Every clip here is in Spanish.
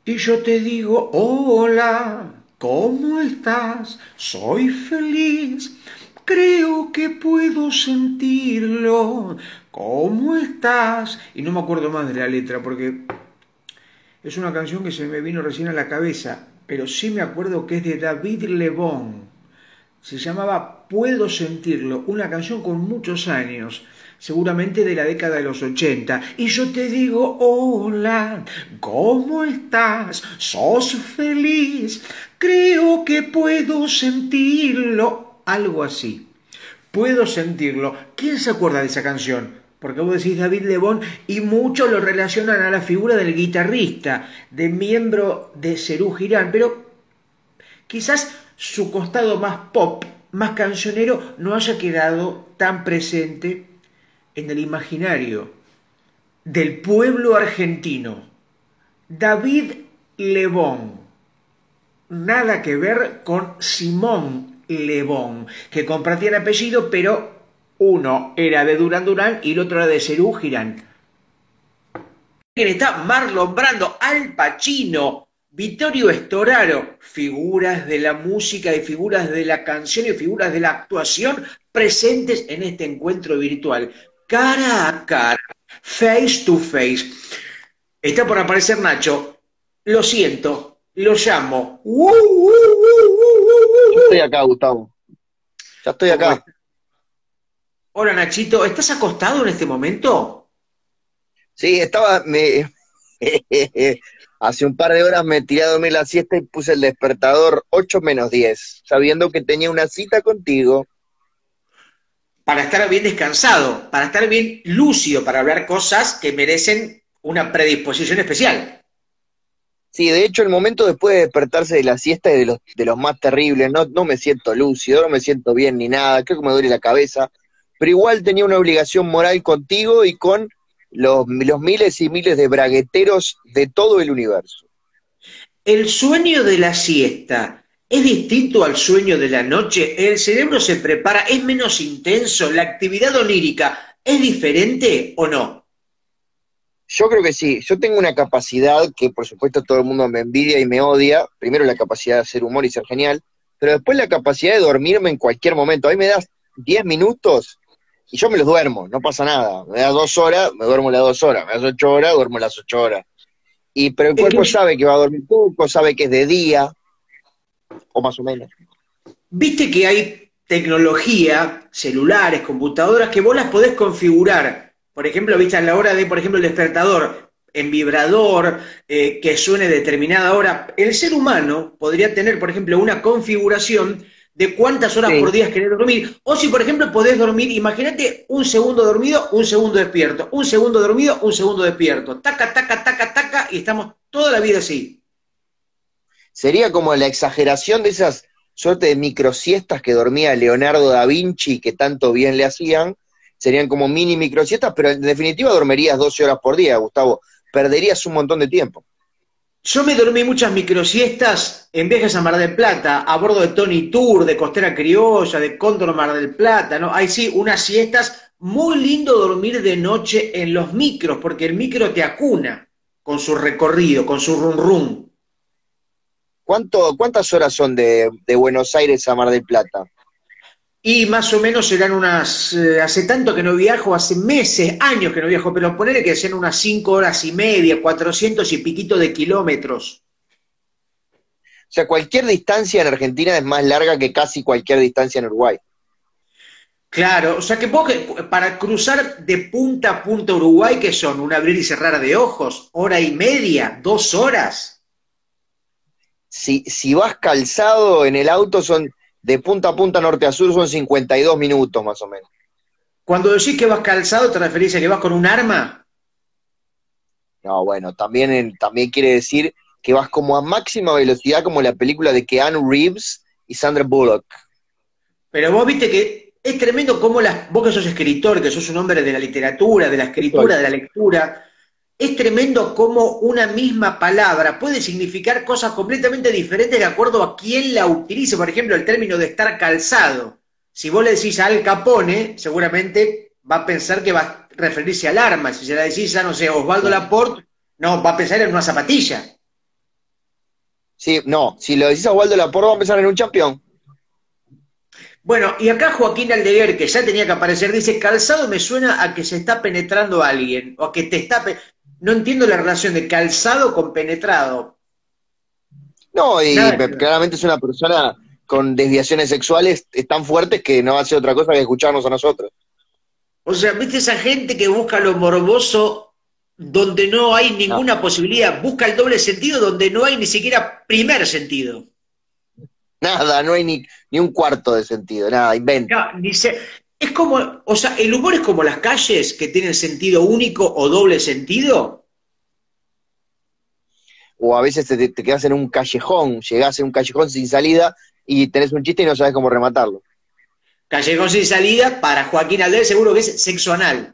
Y yo te digo, hola, ¿cómo estás? Soy feliz, creo que puedo sentirlo. ¿Cómo estás? Y no me acuerdo más de la letra porque es una canción que se me vino recién a la cabeza, pero sí me acuerdo que es de David Lebón. Se llamaba Puedo sentirlo, una canción con muchos años, seguramente de la década de los 80. Y yo te digo, hola, ¿cómo estás? ¿Sos feliz? Creo que puedo sentirlo. Algo así. Puedo sentirlo. ¿Quién se acuerda de esa canción? Porque vos decís David Lebón y muchos lo relacionan a la figura del guitarrista, de miembro de Serú Girán, pero quizás su costado más pop, más cancionero, no haya quedado tan presente en el imaginario del pueblo argentino. David Lebón, nada que ver con Simón Lebón, que compartían apellido, pero uno era de Durán Durán y el otro era de Serú Girán. Está Marlon Brando, Al Pacino, Vittorio Storaro, figuras de la música y figuras de la canción y figuras de la actuación presentes en este encuentro virtual, cara a cara, face to face. Está por aparecer Nacho, lo siento, lo llamo. Yo estoy acá, Gustavo. Ya estoy ¿Cómo acá. estás? Hola Nachito, ¿estás acostado en este momento? Sí, hace un par de horas me tiré a dormir la siesta y puse el despertador 8 menos 10, sabiendo que tenía una cita contigo. Para estar bien descansado, para estar bien lúcido, para hablar cosas que merecen una predisposición especial. Sí, de hecho, el momento después de despertarse de la siesta es de los más terribles. No, no me siento lúcido, no me siento bien ni nada, creo que me duele la cabeza, pero igual tenía una obligación moral contigo y con los miles y miles de bragueteros de todo el universo. El sueño de la siesta es distinto al sueño de la noche. El cerebro se prepara, es menos intenso. La actividad onírica es diferente o no. Yo creo que sí, yo tengo una capacidad que por supuesto todo el mundo me envidia y me odia, primero la capacidad de hacer humor y ser genial, pero después la capacidad de dormirme en cualquier momento. A mí me das 10 minutos y yo me los duermo, no pasa nada. Me das 2 horas, me duermo las 2 horas, me das 8 horas, duermo las 8 horas. Pero el Es cuerpo que sabe que va a dormir poco, sabe que es de día, o más o menos. viste que hay tecnología, celulares, computadoras, que vos las podés configurar. Por ejemplo, viste a la hora de, por ejemplo, el despertador en vibrador, que suene determinada hora. El ser humano podría tener, por ejemplo, una configuración de cuántas horas por Sí, día querés dormir. O si, por ejemplo, podés dormir, imagínate un segundo dormido, un segundo despierto, un segundo dormido, un segundo despierto. Taca, taca, taca, taca, y estamos toda la vida así. sería como la exageración de esas suerte de microsiestas que dormía Leonardo da Vinci, que tanto bien le hacían, serían como mini microsiestas, pero en definitiva dormirías 12 horas por día, Gustavo, perderías un montón de tiempo. Yo me dormí muchas microsiestas en viajes a Mar del Plata, a bordo de Tony Tour, de Costera Criolla, de Cóndor Mar del Plata, ¿no? Ahí sí, unas siestas, muy lindo dormir de noche en los micros, porque el micro te acuna con su recorrido, con su rum rum. ¿Cuántas horas son de Buenos Aires a Mar del Plata? Y más o menos serán unas, hace tanto que no viajo, hace meses, años que no viajo, pero ponele que sean unas 5 horas y media, 400 y piquito de kilómetros. O sea, cualquier distancia en Argentina es más larga que casi cualquier distancia en Uruguay. Claro, o sea que vos para cruzar de punta a punta Uruguay, que son un abrir y cerrar de ojos, hora y media, 2 horas. Si vas calzado en el auto son de punta a punta norte a sur son 52 minutos más o menos. Cuando decís que vas calzado, ¿te referís a que vas con un arma? No, bueno, también quiere decir que vas como a máxima velocidad como la película de Keanu Reeves y Sandra Bullock. Pero vos viste que es tremendo cómo vos que sos escritor, que sos un hombre de la literatura, de la Estoy. escritura, de la lectura, es tremendo cómo una misma palabra puede significar cosas completamente diferentes de acuerdo a quién la utilice. Por ejemplo, el término de estar calzado. Si vos le decís a Al Capone, seguramente va a pensar que va a referirse al arma. Si se la decís a, no sé, Osvaldo Laporte, no, va a pensar en una zapatilla. Sí, no, si lo decís a Waldo Laporte va a empezar en un campeón. Bueno, y acá Joaquín Aldeguer, que ya tenía que aparecer, dice, Calzado me suena a que se está penetrando a alguien, o a que te está... No entiendo la relación de calzado con penetrado. No, y Nada que ver. claramente es una persona con desviaciones sexuales tan fuertes que no hace otra cosa que escucharnos a nosotros. O sea, ¿viste esa gente que busca lo morboso donde no hay No, ninguna posibilidad? Busca el doble sentido donde no hay ni siquiera primer sentido. nada, no hay ni un cuarto de sentido, nada, inventa. No, ni se... Es como, o sea, el humor es como las calles que tienen sentido único o doble sentido. O a veces te quedas en un callejón, llegás en un callejón sin salida y tenés un chiste y no sabes cómo rematarlo. Callejón sin salida, para Joaquín Alder seguro que es sexo anal.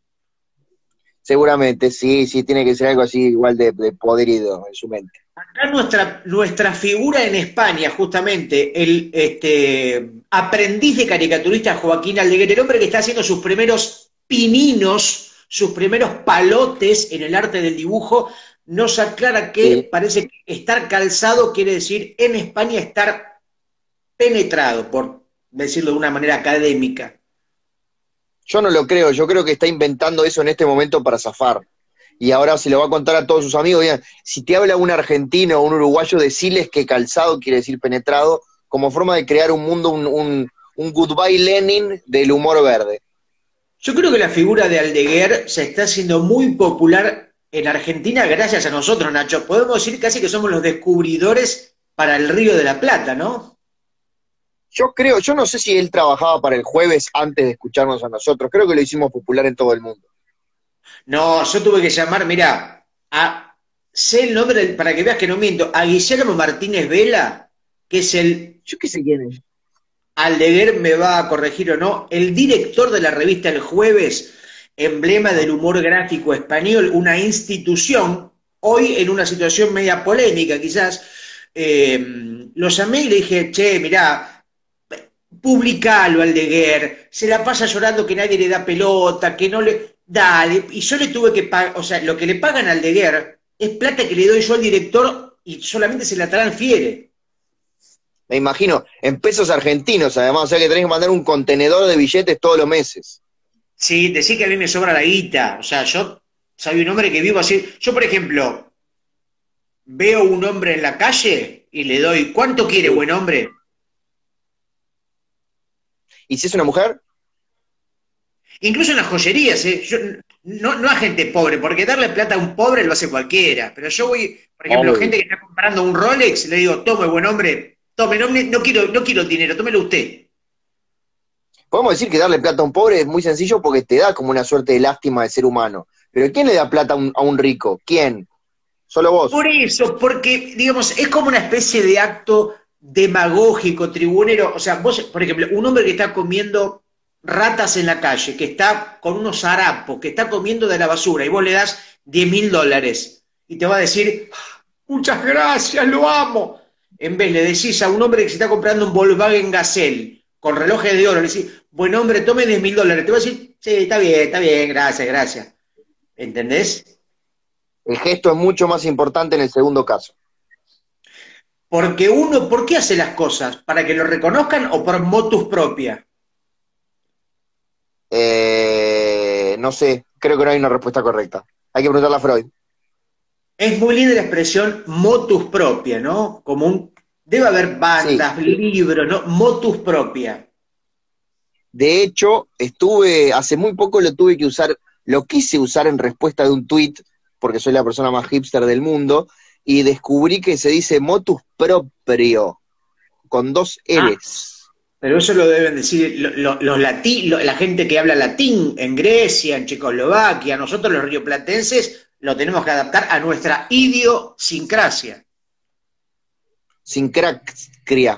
Seguramente, sí, sí, tiene que ser algo así igual de podrido en su mente. Acá nuestra figura en España, justamente, el aprendiz de caricaturista Joaquín Aldeguer, el hombre que está haciendo sus primeros pininos, sus primeros palotes en el arte del dibujo, nos aclara que Sí. parece que estar calzado quiere decir en España estar penetrado, por decirlo de una manera académica. Yo no lo creo, yo creo que está inventando eso en este momento para zafar. Y ahora se lo va a contar a todos sus amigos. Digan, si te habla un argentino o un uruguayo, deciles que calzado quiere decir penetrado, como forma de crear un mundo, un goodbye Lenin del humor verde. Yo creo que la figura de Aldeguer se está haciendo muy popular en Argentina gracias a nosotros, Nacho. Podemos decir casi que somos los descubridores para el Río de la Plata, ¿no? Yo creo, yo no sé si él trabajaba para el Jueves antes de escucharnos a nosotros, creo que lo hicimos popular en todo el mundo. No, yo tuve que llamar, mirá, sé el nombre, para que veas que no miento, a Guillermo Martínez Vela, que es el, Yo qué sé quién es. Aldeguer me va a corregir o no, el director de la revista El Jueves, emblema Ajá. del humor gráfico español, una institución, hoy en una situación media polémica quizás, lo llamé y le dije, che, mirá, publicalo Aldeguer, se la pasa llorando que nadie le da pelota, que no le... Dale, y yo le tuve que pagar, o sea, lo que le pagan a Aldeguer es plata que le doy yo al director y solamente se la transfiere. Me imagino, en pesos argentinos además, o sea que tenés que mandar un contenedor de billetes todos los meses. Sí, decir que a mí me sobra la guita, o sea, yo soy un hombre que vivo así. Yo, por ejemplo, veo un hombre en la calle y le doy, ¿cuánto quiere, Sí. buen hombre? ¿Y si es una mujer? Incluso en las joyerías, ¿eh? Yo, no a gente pobre, porque darle plata a un pobre lo hace cualquiera. Pero yo voy, por ejemplo, Obvio. gente que está comprando un Rolex, le digo, tome, buen hombre, tome, no quiero dinero, tómelo usted. Podemos decir que darle plata a un pobre es muy sencillo porque te da como una suerte de lástima de ser humano. Pero ¿quién le da plata a un rico? ¿Quién? Solo vos. Por eso, porque, digamos, es como una especie de acto demagógico, tribunero. O sea, vos, por ejemplo, un hombre que está comiendo ratas en la calle, que está con unos harapos, que está comiendo de la basura, y vos le das $10.000 y te va a decir, muchas gracias, lo amo. En vez le decís a un hombre que se está comprando un Volkswagen Gazelle con relojes de oro, le decís, buen hombre, tome $10.000, te va a decir, sí, está bien, gracias, gracias. ¿Entendés? El gesto es mucho más importante en el segundo caso. Porque uno, ¿por qué hace las cosas? ¿Para que lo reconozcan o por motus propia? No sé, creo que no hay una respuesta correcta. Hay que preguntarle a Freud. Es muy linda la expresión motus propia, ¿no? Debe haber Sí. bandas, libros, ¿no? Motus propia. De hecho, hace muy poco lo tuve que usar, lo quise usar en respuesta de un tweet, porque soy la persona más hipster del mundo, y descubrí que se dice motus proprio, con dos Ah, L's. pero eso lo deben decir la gente que habla latín en Grecia, en Checoslovaquia. Nosotros los rioplatenses lo tenemos que adaptar a nuestra idiosincrasia. Sin crack, cría.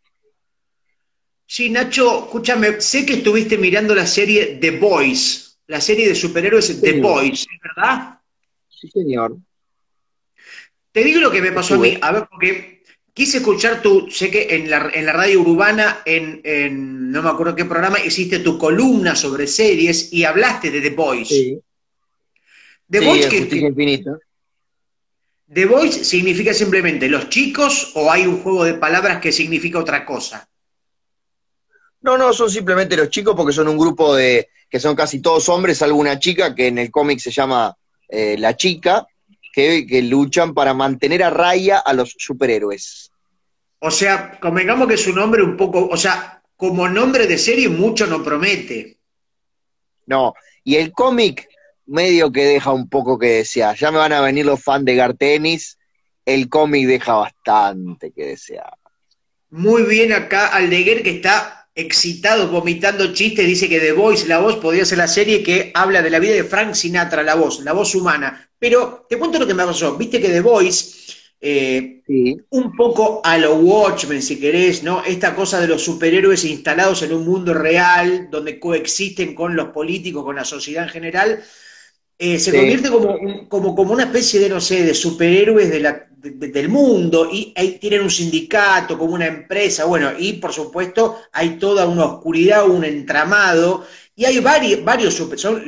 Sí, Nacho, escúchame, sé que estuviste mirando la serie The Boys, la serie de superhéroes The Señor. Boys, ¿verdad? Sí, señor. Te digo lo que me pasó a Estuve. mí, a ver, porque quise escuchar sé que en la radio urbana, no me acuerdo qué programa, hiciste tu columna sobre series y hablaste de The Boys. Sí. The Sí, Boys, en Justicia Infinita. ¿The Boys significa simplemente los chicos o hay un juego de palabras que significa otra cosa? No, no, son simplemente los chicos porque son un grupo de, que son casi todos hombres, salvo una chica que en el cómic se llama La Chica, que luchan para mantener a raya a los superhéroes. O sea, convengamos que es un nombre un poco, o sea, como nombre de serie mucho no promete. No, y el cómic medio que deja un poco que desear. Ya me van a venir los fans de Gartenis, el cómic deja bastante que desear. Muy bien acá Aldeguer que está excitado, vomitando chistes, dice que The Voice, la voz, podría ser la serie que habla de la vida de Frank Sinatra, la voz humana. Pero te cuento lo que me pasó, viste que The Voice, Sí, un poco a lo Watchmen, si querés, ¿no? Esta cosa de los superhéroes instalados en un mundo real, donde coexisten con los políticos, con la sociedad en general, se sí. convierte como una especie de, no sé, de superhéroes del mundo, y ahí tienen un sindicato, como una empresa, bueno, y por supuesto hay toda una oscuridad, un entramado, y hay varios son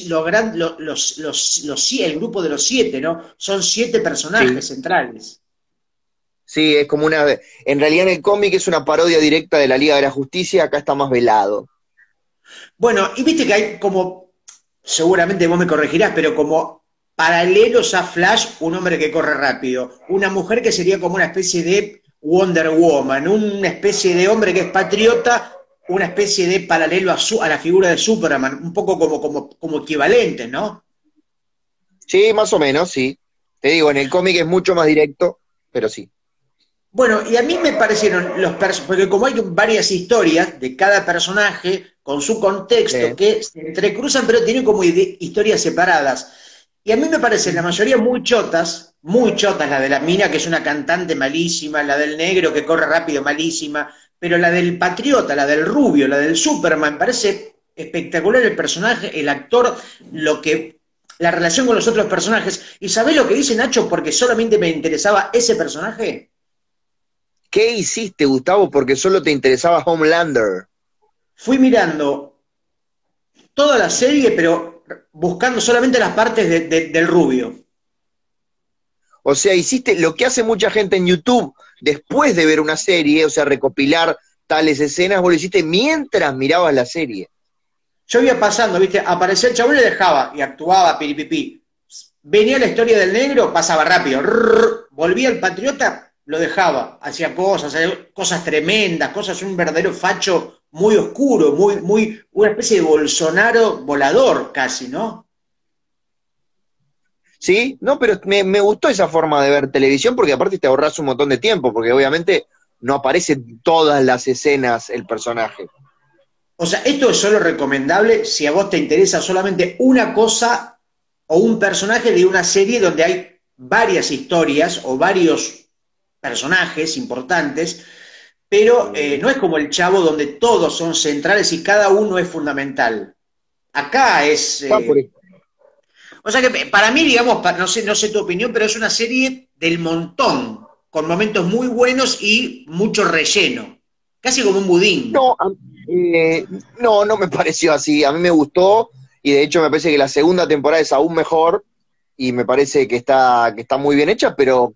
el grupo de los siete, ¿no? Son siete Sí. personajes centrales. Sí, es como una. En realidad en el cómic es una parodia directa de la Liga de la Justicia, acá está más velado. Bueno, y viste que hay como, seguramente vos me corregirás, pero como paralelos a Flash, un hombre que corre rápido, una mujer que sería como una especie de Wonder Woman, una especie de hombre que es patriota, una especie de paralelo a la figura de Superman, un poco como equivalentes, ¿no? Sí, más o menos, sí. Te digo, en el cómic es mucho más directo, pero sí. Bueno, y a mí me parecieron porque como hay varias historias de cada personaje con su contexto Sí. que se entrecruzan, pero tienen como historias separadas. Y a mí me parecen la mayoría muy chotas, la de la mina, que es una cantante malísima, la del negro que corre rápido, malísima, pero la del patriota, la del rubio, la del Superman, me parece espectacular el personaje, el actor, la relación con los otros personajes. ¿Y sabés lo que dice Nacho? Porque solamente me interesaba ese personaje. ¿Qué hiciste, Gustavo? Porque solo te interesaba Homelander. Fui mirando toda la serie, pero buscando solamente las partes del rubio. O sea, hiciste lo que hace mucha gente en YouTube después de ver una serie, o sea, recopilar tales escenas, vos lo hiciste mientras mirabas la serie. Yo iba pasando, ¿viste? Aparecía el chabón y le dejaba, y actuaba, piripipi. Venía la historia del negro, pasaba rápido. Rrr, volvía el patriota, lo dejaba. Hacía cosas tremendas, cosas, un verdadero facho muy oscuro, una especie de Bolsonaro volador casi, ¿no? ¿Sí? No, pero me gustó esa forma de ver televisión porque aparte te ahorras un montón de tiempo, porque obviamente no aparecen todas las escenas el personaje. O sea, esto es solo recomendable si a vos te interesa solamente una cosa o un personaje de una serie donde hay varias historias o varios personajes importantes, pero no es como el Chavo donde todos son centrales y cada uno es fundamental. Acá es... Va por eso. o sea que para mí, digamos, no sé tu opinión, pero es una serie del montón, con momentos muy buenos y mucho relleno, casi como un budín. No, no, no me pareció así. A mí me gustó y de hecho me parece que la segunda temporada es aún mejor y me parece que está muy bien hecha, pero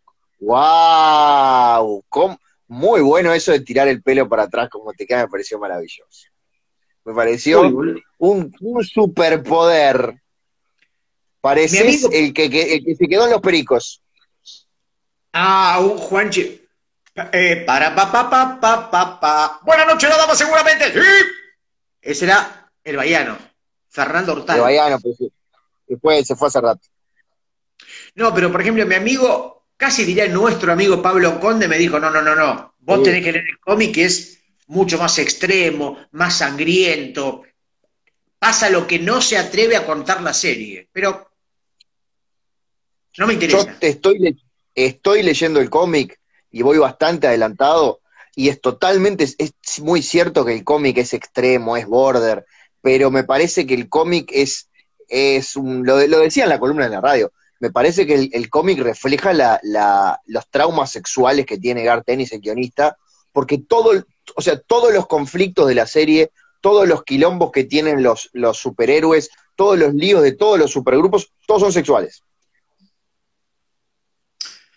wow, muy bueno eso de tirar el pelo para atrás como te queda, me pareció maravilloso. Me Uy, pareció boludo. un superpoder. Mi Pareces amigo, el que se quedó en los pericos. un Juanchi. Para pa. Buenas noches, la dama, seguramente. Sí. Ese era el baiano, Fernando El Hortal. Baiano, pues, después se fue hace rato. No, pero por ejemplo, mi amigo, casi diría nuestro amigo Pablo Conde, me dijo: no, no, no, no. Vos Sí. tenés que leer el cómic que es mucho más extremo, más sangriento. Pasa lo que no se atreve a contar la serie. Pero no me Yo interesa. te estoy leyendo el cómic y voy bastante adelantado y es totalmente, es muy cierto que el cómic es extremo, es border, pero me parece que el cómic lo decía en la columna de la radio, me parece que el cómic refleja los traumas sexuales que tiene Garth Ennis, el guionista, porque o sea, todos los conflictos de la serie, todos los quilombos que tienen los superhéroes, todos los líos de todos los supergrupos, todos son sexuales.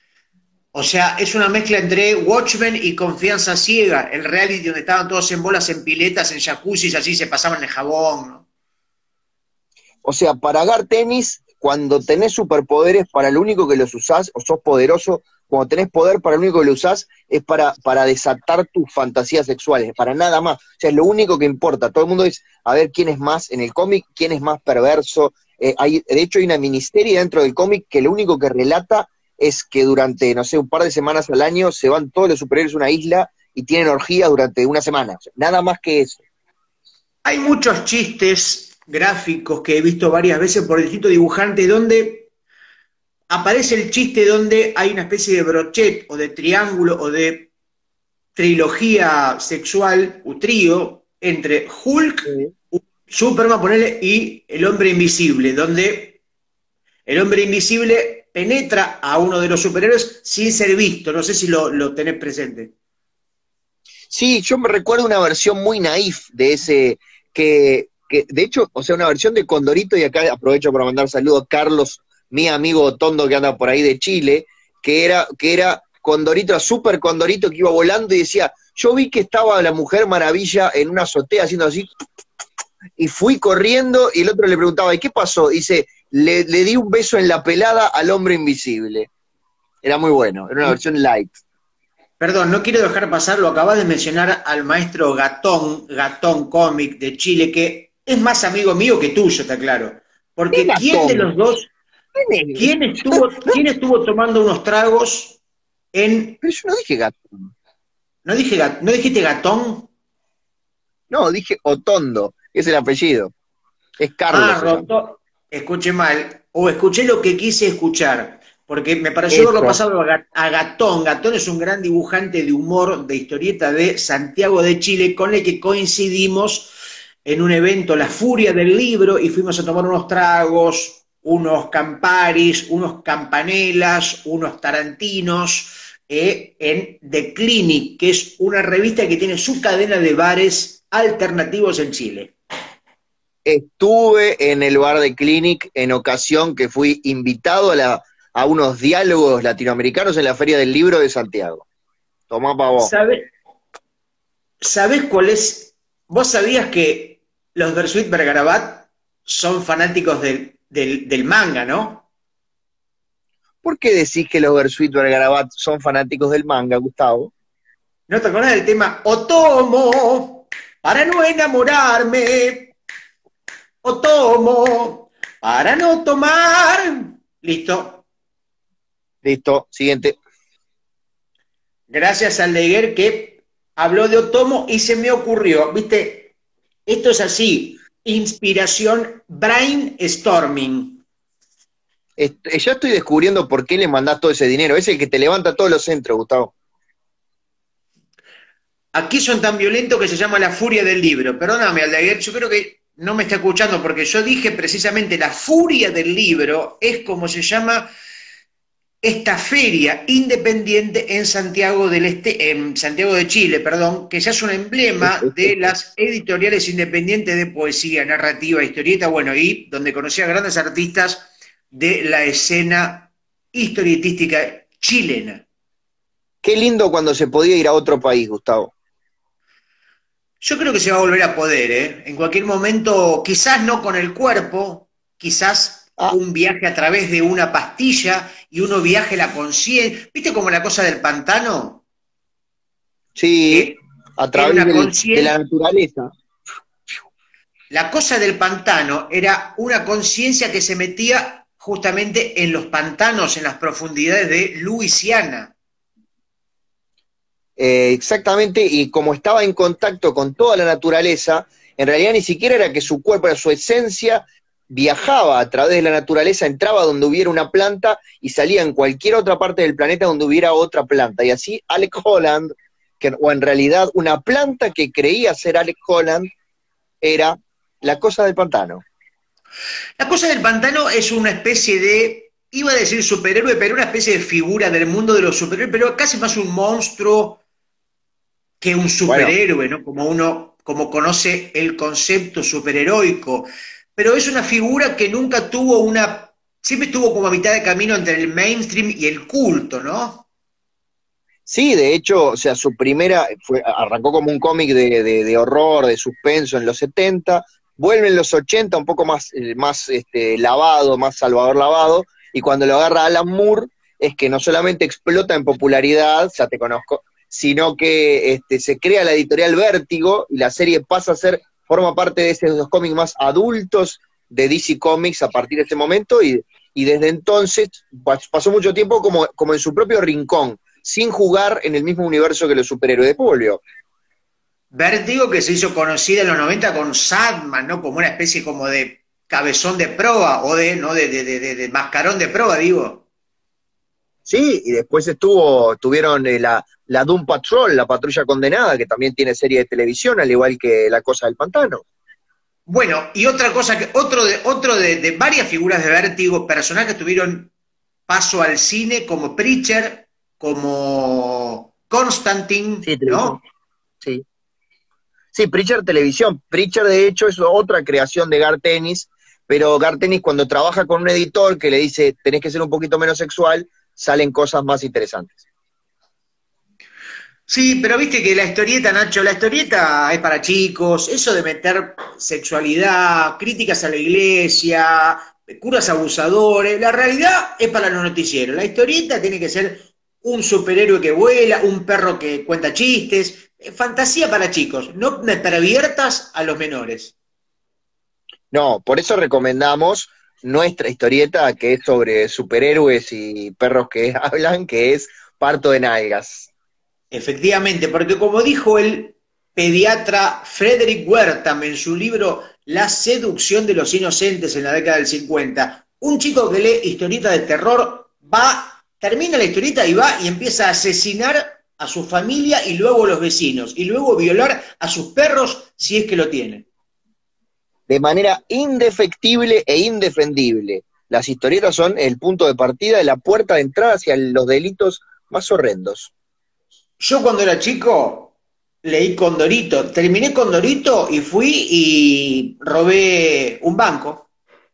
O sea, es una mezcla entre Watchmen y Confianza Ciega, el reality donde estaban todos en bolas, en piletas, en jacuzzis, así se pasaban el jabón, ¿no? O sea, para Gar Tenis, cuando tenés superpoderes, para lo único que los usás, o sos poderoso, cuando tenés poder, para lo único que lo usás es para desatar tus fantasías sexuales, para nada más. O sea, es lo único que importa. Todo el mundo es a ver quién es más en el cómic, quién es más perverso. De hecho, hay una miniserie dentro del cómic que lo único que relata es que durante, no sé, un par de semanas al año se van todos los superhéroes a una isla y tienen orgías durante una semana. O sea, nada más que eso. Hay muchos chistes gráficos que he visto varias veces por distintos dibujantes donde aparece el chiste donde hay una especie de brochet o de triángulo o de trilogía sexual o trío entre Hulk, Sí. Superman, ponele, y el hombre invisible, donde el hombre invisible penetra a uno de los superhéroes sin ser visto. No sé si lo tenés presente. Sí, yo me recuerdo una versión muy naif de ese, que de hecho, o sea, una versión de Condorito, y acá aprovecho para mandar saludos a Carlos, mi amigo Tondo que anda por ahí de Chile, que era Condorito, super Condorito que iba volando y decía, yo vi que estaba la Mujer Maravilla en una azotea haciendo así, y fui corriendo, y el otro le preguntaba, ¿y qué pasó? Y dice, le di un beso en la pelada al hombre invisible. Era muy bueno, era una versión light. Perdón, no quiero dejar pasar, lo acabas de mencionar al maestro Gatón, Gatón Cómic de Chile, que es más amigo mío que tuyo, está claro. ¿Qué Porque ¿quién de gatón? los dos, quién estuvo tomando unos tragos en, Pero yo no dije gatón. no dijiste Gatón? No, dije Otondo, es el apellido. Es Carlos, Ah, se llama. escuché mal, o escuché lo que quise escuchar, porque me pareció verlo Eso. pasado a Gatón. Gatón es un gran dibujante de humor, de historieta de Santiago de Chile, con el que coincidimos en un evento, La Furia del Libro, y fuimos a tomar unos tragos, unos Camparis, unos Campanelas, unos Tarantinos, en The Clinic, que es una revista que tiene su cadena de bares alternativos en Chile. Estuve en el bar de Clinic en ocasión que fui invitado a unos diálogos latinoamericanos en la Feria del Libro de Santiago. Tomá pa' vos. ¿Sabes ¿Sabés cuál es? ¿Vos sabías que los Bersuit Vergarabat son fanáticos del manga, ¿no? ¿Por qué decís que los Bersuit Vergarabat son fanáticos del manga, Gustavo? ¿No te acordás del tema Otomo para no enamorarme? Otomo para no tomar. Listo. Listo, siguiente. Gracias al Leguer que habló de Otomo y se me ocurrió, ¿viste? Esto es así. Inspiración brainstorming. Ya estoy descubriendo por qué le mandás todo ese dinero. Es el que te levanta todos los centros, Gustavo. Aquí son tan violentos que se llama La Furia del Libro. Perdóname, Aldair, yo creo que no me está escuchando porque yo dije precisamente La Furia del Libro es como se llama esta feria independiente en Santiago del Este, en Santiago de Chile, perdón, que ya es un emblema de las editoriales independientes de poesía, narrativa, historieta, bueno, y donde conocí a grandes artistas de la escena historietística chilena. Qué lindo cuando se podía ir a otro país, Gustavo. Yo creo que se va a volver a poder, ¿eh? En cualquier momento, quizás no con el cuerpo, quizás Ah, un viaje a través de una pastilla y uno viaje la conciencia. ¿Viste como la cosa del pantano? sí, Que a era través una de la conciencia. naturaleza. La cosa del pantano era una conciencia que se metía justamente en los pantanos, en las profundidades de Luisiana. Exactamente, y como estaba en contacto con toda la naturaleza, en realidad ni siquiera era que su cuerpo, era su esencia, viajaba a través de la naturaleza, entraba donde hubiera una planta y salía en cualquier otra parte del planeta donde hubiera otra planta. Y así Alec Holland, o en realidad una planta que creía ser Alec Holland, era la cosa del pantano. La cosa del pantano es una especie de, iba a decir superhéroe, pero una especie de figura del mundo de los superhéroes, pero casi más un monstruo que un Bueno, superhéroe, ¿no? Como uno, como conoce el concepto superheroico. Pero es una figura que nunca tuvo una, siempre estuvo como a mitad de camino entre el mainstream y el culto, ¿no? Sí, de hecho, o sea, su primera arrancó como un cómic de horror, de suspenso en los 70, vuelve en los 80 un poco más lavado, más Salvador lavado, y cuando lo agarra Alan Moore, es que no solamente explota en popularidad, ya te conozco, sino que se crea la editorial Vértigo, y la serie pasa a ser, forma parte de esos cómics más adultos de DC Comics a partir de ese momento, y desde entonces pasó mucho tiempo como en su propio rincón, sin jugar en el mismo universo que los superhéroes. Después volvió. Vértigo que se hizo conocida en los 90 con Sandman, ¿no? Como una especie como de cabezón de proa, o de, ¿no? De mascarón de proa, digo. Sí, y después tuvieron la Doom Patrol, la patrulla condenada, que también tiene serie de televisión, al igual que La Cosa del Pantano. Bueno, y otra cosa, otro de varias figuras de Vértigo, personajes que tuvieron paso al cine, como Preacher, como Constantine, Sí, televisión. ¿no? Sí. Sí, Preacher Televisión. Preacher, de hecho, es otra creación de Garth Ennis, pero Garth Ennis, cuando trabaja con un editor que le dice tenés que ser un poquito menos sexual, salen cosas más interesantes. Sí, pero viste que la historieta, Nacho, la historieta es para chicos, eso de meter sexualidad, críticas a la iglesia, curas abusadores, la realidad es para los noticieros. La historieta tiene que ser un superhéroe que vuela, un perro que cuenta chistes, fantasía para chicos, no me perviertas a los menores. No, por eso recomendamos nuestra historieta, que es sobre superhéroes y perros que hablan, que es Parto de Nalgas. Efectivamente, porque como dijo el pediatra Frederick Wertham en su libro La seducción de los inocentes en la década del 50, un chico que lee historietas de terror termina la historieta y va y empieza a asesinar a su familia y luego a los vecinos, y luego violar a sus perros si es que lo tienen. De manera indefectible e indefendible. Las historietas son el punto de partida y la puerta de entrada hacia los delitos más horrendos. Yo cuando era chico leí Condorito, terminé Condorito y fui y robé un banco.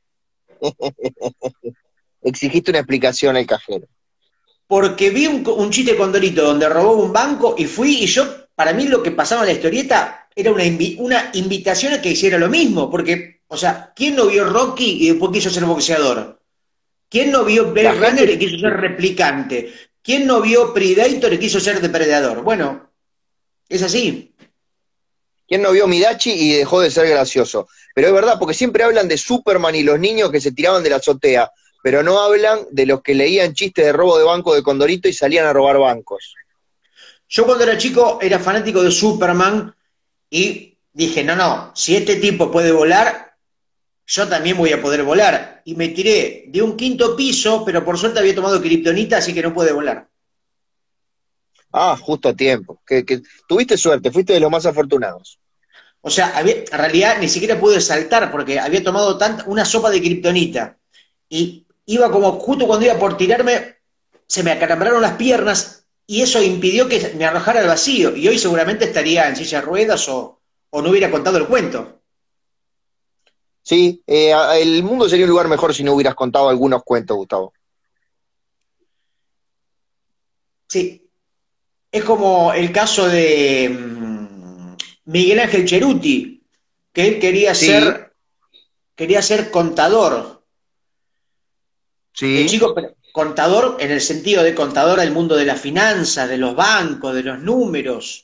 Exigiste una explicación al cajero. Porque vi un chiste con Dorito donde robó un banco y fui, y yo, para mí lo que pasaba en la historieta era una invitación a que hiciera lo mismo, porque, o sea, ¿quién no vio Rocky y después quiso ser boxeador? ¿Quién no vio La Blade Runner gente, y quiso ser replicante? ¿Quién no vio Predator y quiso ser depredador? Bueno, es así. ¿quién no vio Midachi y dejó de ser gracioso? Pero es verdad, porque siempre hablan de Superman y los niños que se tiraban de la azotea, pero no hablan de los que leían chistes de robo de banco de Condorito y salían a robar bancos. Yo cuando era chico era fanático de Superman y dije, no, no, si este tipo puede volar, yo también voy a poder volar. Y me tiré de un quinto piso, pero por suerte había tomado kriptonita, así que no pude volar. Ah, justo a tiempo. Tuviste suerte, fuiste de los más afortunados. O sea, en realidad ni siquiera pude saltar porque había tomado una sopa de kriptonita. Y iba como justo cuando iba por tirarme, se me acalambraron las piernas y eso impidió que me arrojara al vacío. Y hoy seguramente estaría en silla de ruedas o no hubiera contado el cuento. Sí, el mundo sería un lugar mejor si no hubieras contado algunos cuentos, Gustavo. Sí, es como el caso de Miguel Ángel Cheruti, que él Sí, quería ser contador. De sí. chico, pero contador en el sentido de contador del mundo de las finanzas, de los bancos, de los números.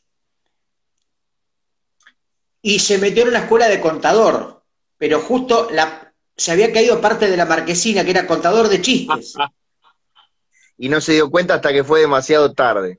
Y se metió en una escuela de contador, pero justo se había caído parte de la marquesina, que era contador de chistes. Y no se dio cuenta hasta que fue demasiado tarde.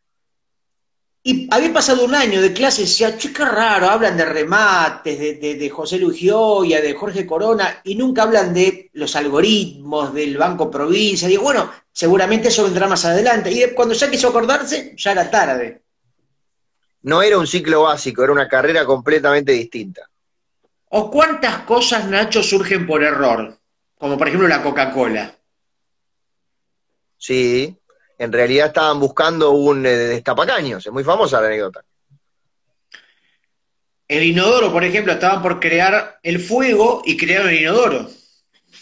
Y había pasado un año de clase y decía, che, qué raro, hablan de remates, de José Luis Gioia, de Jorge Corona, y nunca hablan de los algoritmos del Banco Provincia. Digo, bueno, seguramente eso vendrá más adelante. Y cuando ya quiso acordarse, ya era tarde. No era un ciclo básico, era una carrera completamente distinta. ¿O cuántas cosas, Nacho, surgen por error? Como por ejemplo la Coca-Cola. Sí, en realidad estaban buscando un destapacaños, es muy famosa la anécdota. El inodoro, por ejemplo, estaban por crear el fuego y crearon el inodoro.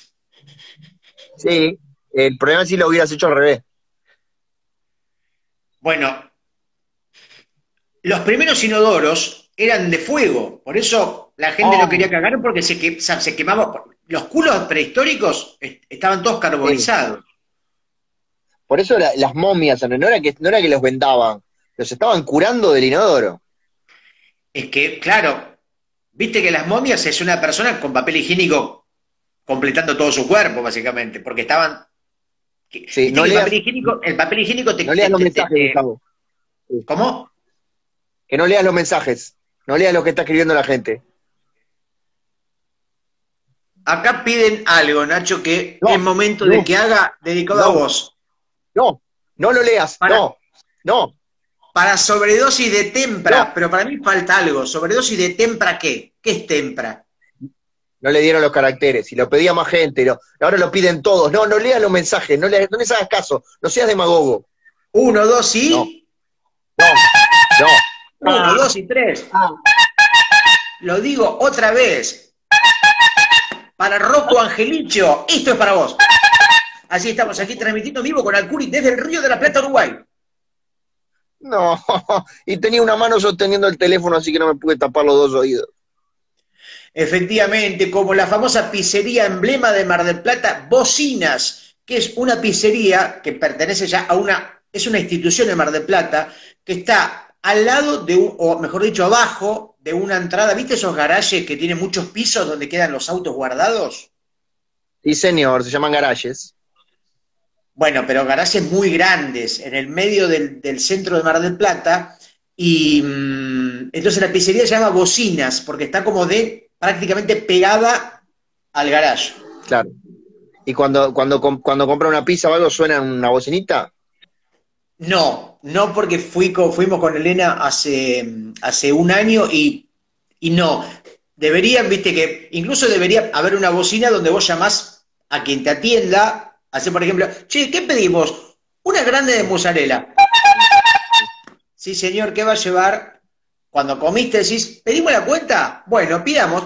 Sí, el problema es si lo hubieras hecho al revés. Bueno, los primeros inodoros eran de fuego, por eso la gente no quería Oh, cagar porque se quemaba. Los culos prehistóricos estaban todos sí. carbonizados. Por eso las momias, no era que los vendaban, los estaban curando del inodoro. Es que, claro, viste que las momias es una persona con papel higiénico completando todo su cuerpo, básicamente, porque estaban. Sí, Viste que el papel higiénico no leas los mensajes, Gustavo. Sí. ¿cómo? Que no leas los mensajes, no leas lo que está escribiendo la gente. Acá piden algo, Nacho, que es No, momento de no, que haga dedicado a no, vos. no, no lo leas, Para, no, no. para sobredosis de No, tempra, pero para mí falta algo. ¿Sobredosis de tempra qué? ¿Qué es tempra? no le dieron los caracteres, y lo pedía más gente, ahora lo piden todos. No, no leas los mensajes, no les hagas caso, no seas demagogo. Uno, dos No, y. no, no. Uno, Ah, dos y tres. ah. Lo digo otra vez. Para Rocco Angelicho, esto es para vos. Así estamos aquí transmitiendo en vivo con Alcuri desde el Río de la Plata, Uruguay. No, y tenía una mano sosteniendo el teléfono, así que no me pude tapar los dos oídos. Efectivamente, como la famosa pizzería emblema de Mar del Plata, Bocinas, que es una pizzería que pertenece ya a es una institución de Mar del Plata, que está al lado o mejor dicho, abajo de una entrada. ¿Viste esos garajes que tienen muchos pisos donde quedan los autos guardados? Sí, señor, se llaman garajes. Bueno, pero garajes muy grandes, en el medio del centro de Mar del Plata, y entonces la pizzería se llama Bocinas, porque está como prácticamente pegada al garage. Claro. Y cuando compra una pizza o algo, suena una bocinita. No, no porque fuimos con Elena hace un año y no. Deberían, viste que incluso debería haber una bocina donde vos llamás a quien te atienda, hacer por ejemplo, che, ¿qué pedimos? Una grande de mozzarella. Sí, señor, ¿qué va a llevar? Cuando comiste decís, ¿pedimos la cuenta? Bueno, pidamos.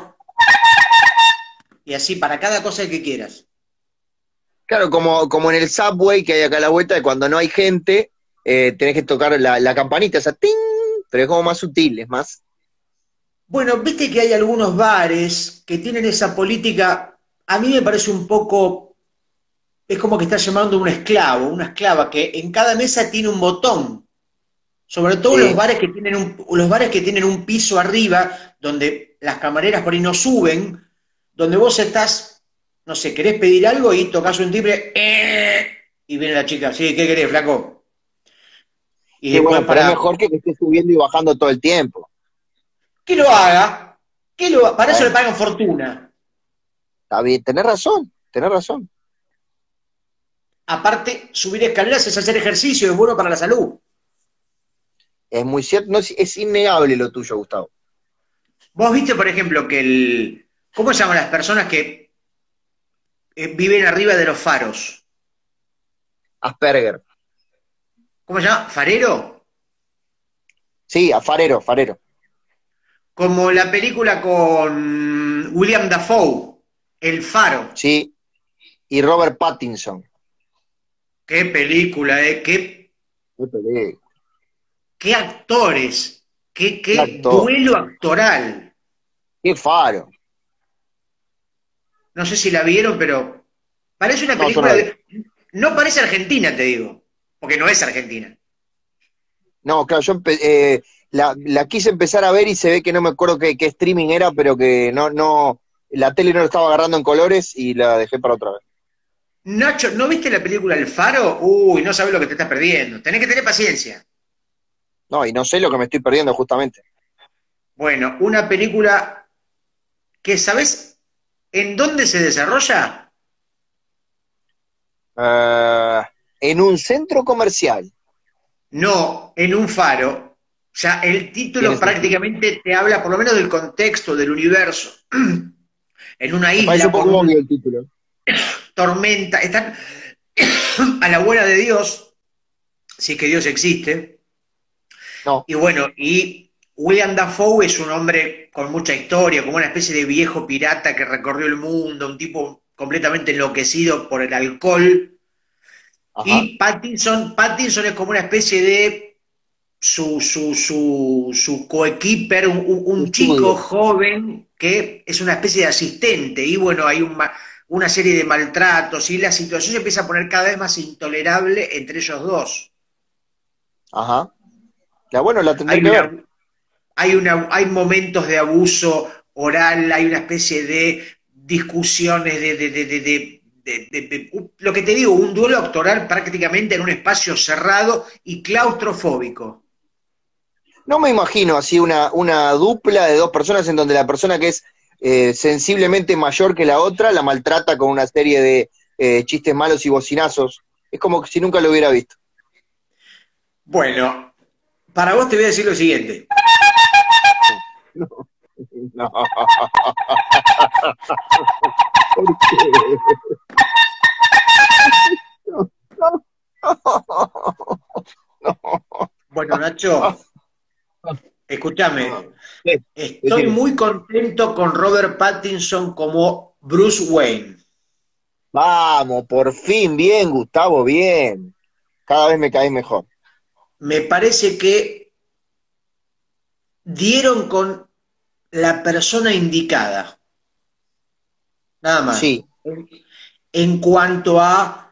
Y así para cada cosa que quieras. Claro, como en el Subway que hay acá a la vuelta, de cuando no hay gente, tenés que tocar la campanita, esa ting, pero es como más sutil, es más. Bueno, viste que hay algunos bares que tienen esa política, a mí me parece un poco, es como que está llamando a un esclavo, una esclava, que en cada mesa tiene un botón, sobre todo los Sí. bares que tienen los bares que tienen un piso arriba, donde las camareras por ahí no suben, donde vos estás, no sé, querés pedir algo y tocas un timbre, y viene la chica, sí, ¿qué querés, flaco? Y Sí, después bueno, pero es para mejor que esté subiendo y bajando todo el tiempo. que lo haga, para eso le Bueno, pagan fortuna. está bien, tenés razón, tenés razón. Aparte, subir escaleras es hacer ejercicio, es bueno para la salud. Es muy cierto, no, es innegable lo tuyo, Gustavo. Vos viste, por ejemplo, que ¿cómo se llaman las personas que viven arriba de los faros? Asperger. ¿Cómo se llama? ¿Farero? Sí, a farero, farero. Como la película con William Dafoe, El Faro. Sí, y Robert Pattinson. Qué película, Qué pelea, qué actores, qué qué actor, duelo actoral. qué faro. No sé si la vieron, pero parece una No, yo no película la vi. de. No parece Argentina, te digo, porque no es Argentina. No, claro, la quise empezar a ver y se ve que no me acuerdo qué streaming era, pero que no, la tele no lo estaba agarrando en colores y la dejé para otra vez. Nacho, ¿no viste la película El Faro? Uy, no sabes lo que te estás perdiendo. Tenés que tener paciencia. No, y no sé lo que me estoy perdiendo justamente. Bueno, una película que, ¿sabés en dónde se desarrolla? Eh, en un centro comercial. No, en un faro. O sea, el Tiene título sentido. prácticamente te habla por lo menos del contexto, del universo. En una Me parece isla un con poco una obvio el título. tormenta. Están a la buena de Dios, si es que Dios existe. No, Y bueno, y William Dafoe es un hombre con mucha historia, como una especie de viejo pirata que recorrió el mundo, un tipo completamente enloquecido por el alcohol. Ajá, Y Pattinson es como una especie de su coequiper, un chico estudio. joven que es una especie de asistente. Y bueno, hay una serie de maltratos y la situación se empieza a poner cada vez más intolerable entre ellos dos. Ajá. Ya bueno, la tendré Hay que ver. hay momentos de abuso oral, hay una especie de discusiones lo que te digo, un duelo actoral prácticamente en un espacio cerrado y claustrofóbico. No me imagino así una dupla de dos personas en donde la persona que es sensiblemente mayor que la otra la maltrata con una serie de chistes malos y bocinazos. Es como si nunca lo hubiera visto. Bueno, para vos te voy a decir lo siguiente. No, ¿por qué? No, no, Bueno, Nacho, no. escúchame, Sí, estoy decime. muy contento con Robert Pattinson como Bruce Wayne. Vamos, por fin, bien, Gustavo, bien. Cada vez me caes mejor. Me parece que dieron con la persona indicada, nada más. Sí, En cuanto a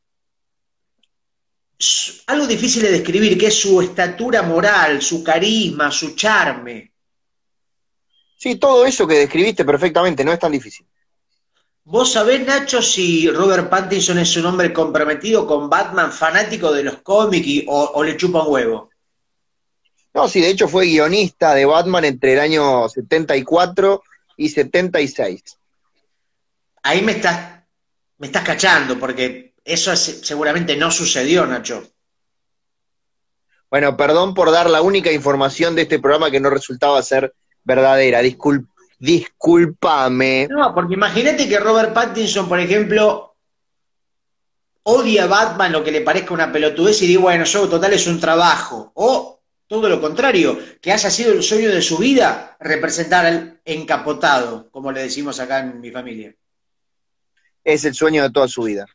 algo difícil de describir, que es su estatura moral, su carisma, su charme. sí, todo eso que describiste perfectamente, no es tan difícil. ¿Vos sabés, Nacho, si Robert Pattinson es un hombre comprometido con Batman, fanático de los cómics o le chupa un huevo? No, sí, de hecho fue guionista de Batman entre el año 74 y 76. Ahí me estás cachando, porque eso seguramente no sucedió, Nacho. Bueno, perdón por dar la única información de este programa que no resultaba ser verdadera. Discúlpame. No, porque imagínate que Robert Pattinson, por ejemplo, odia a Batman lo que le parezca una pelotudez y diga, bueno, yo total es un trabajo. O todo lo contrario, que haya sido el sueño de su vida representar al encapotado, como le decimos acá en mi familia. Es el sueño de toda su vida.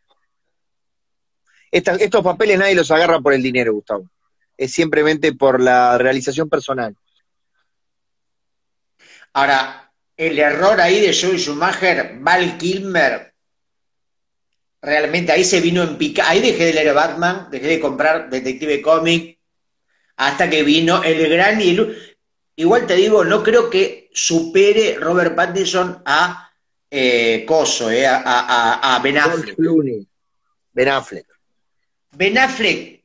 Estos papeles nadie los agarra por el dinero, Gustavo. Es simplemente por la realización personal. Ahora, el error ahí de Joel Schumacher, Val Kilmer, realmente ahí se vino en pica. Ahí dejé de leer Batman, dejé de comprar Detective Comic, hasta que vino el gran y el... Igual te digo, no creo que supere Robert Pattinson a Coso, a Ben George Affleck. Clooney, Ben Affleck. Ben Affleck,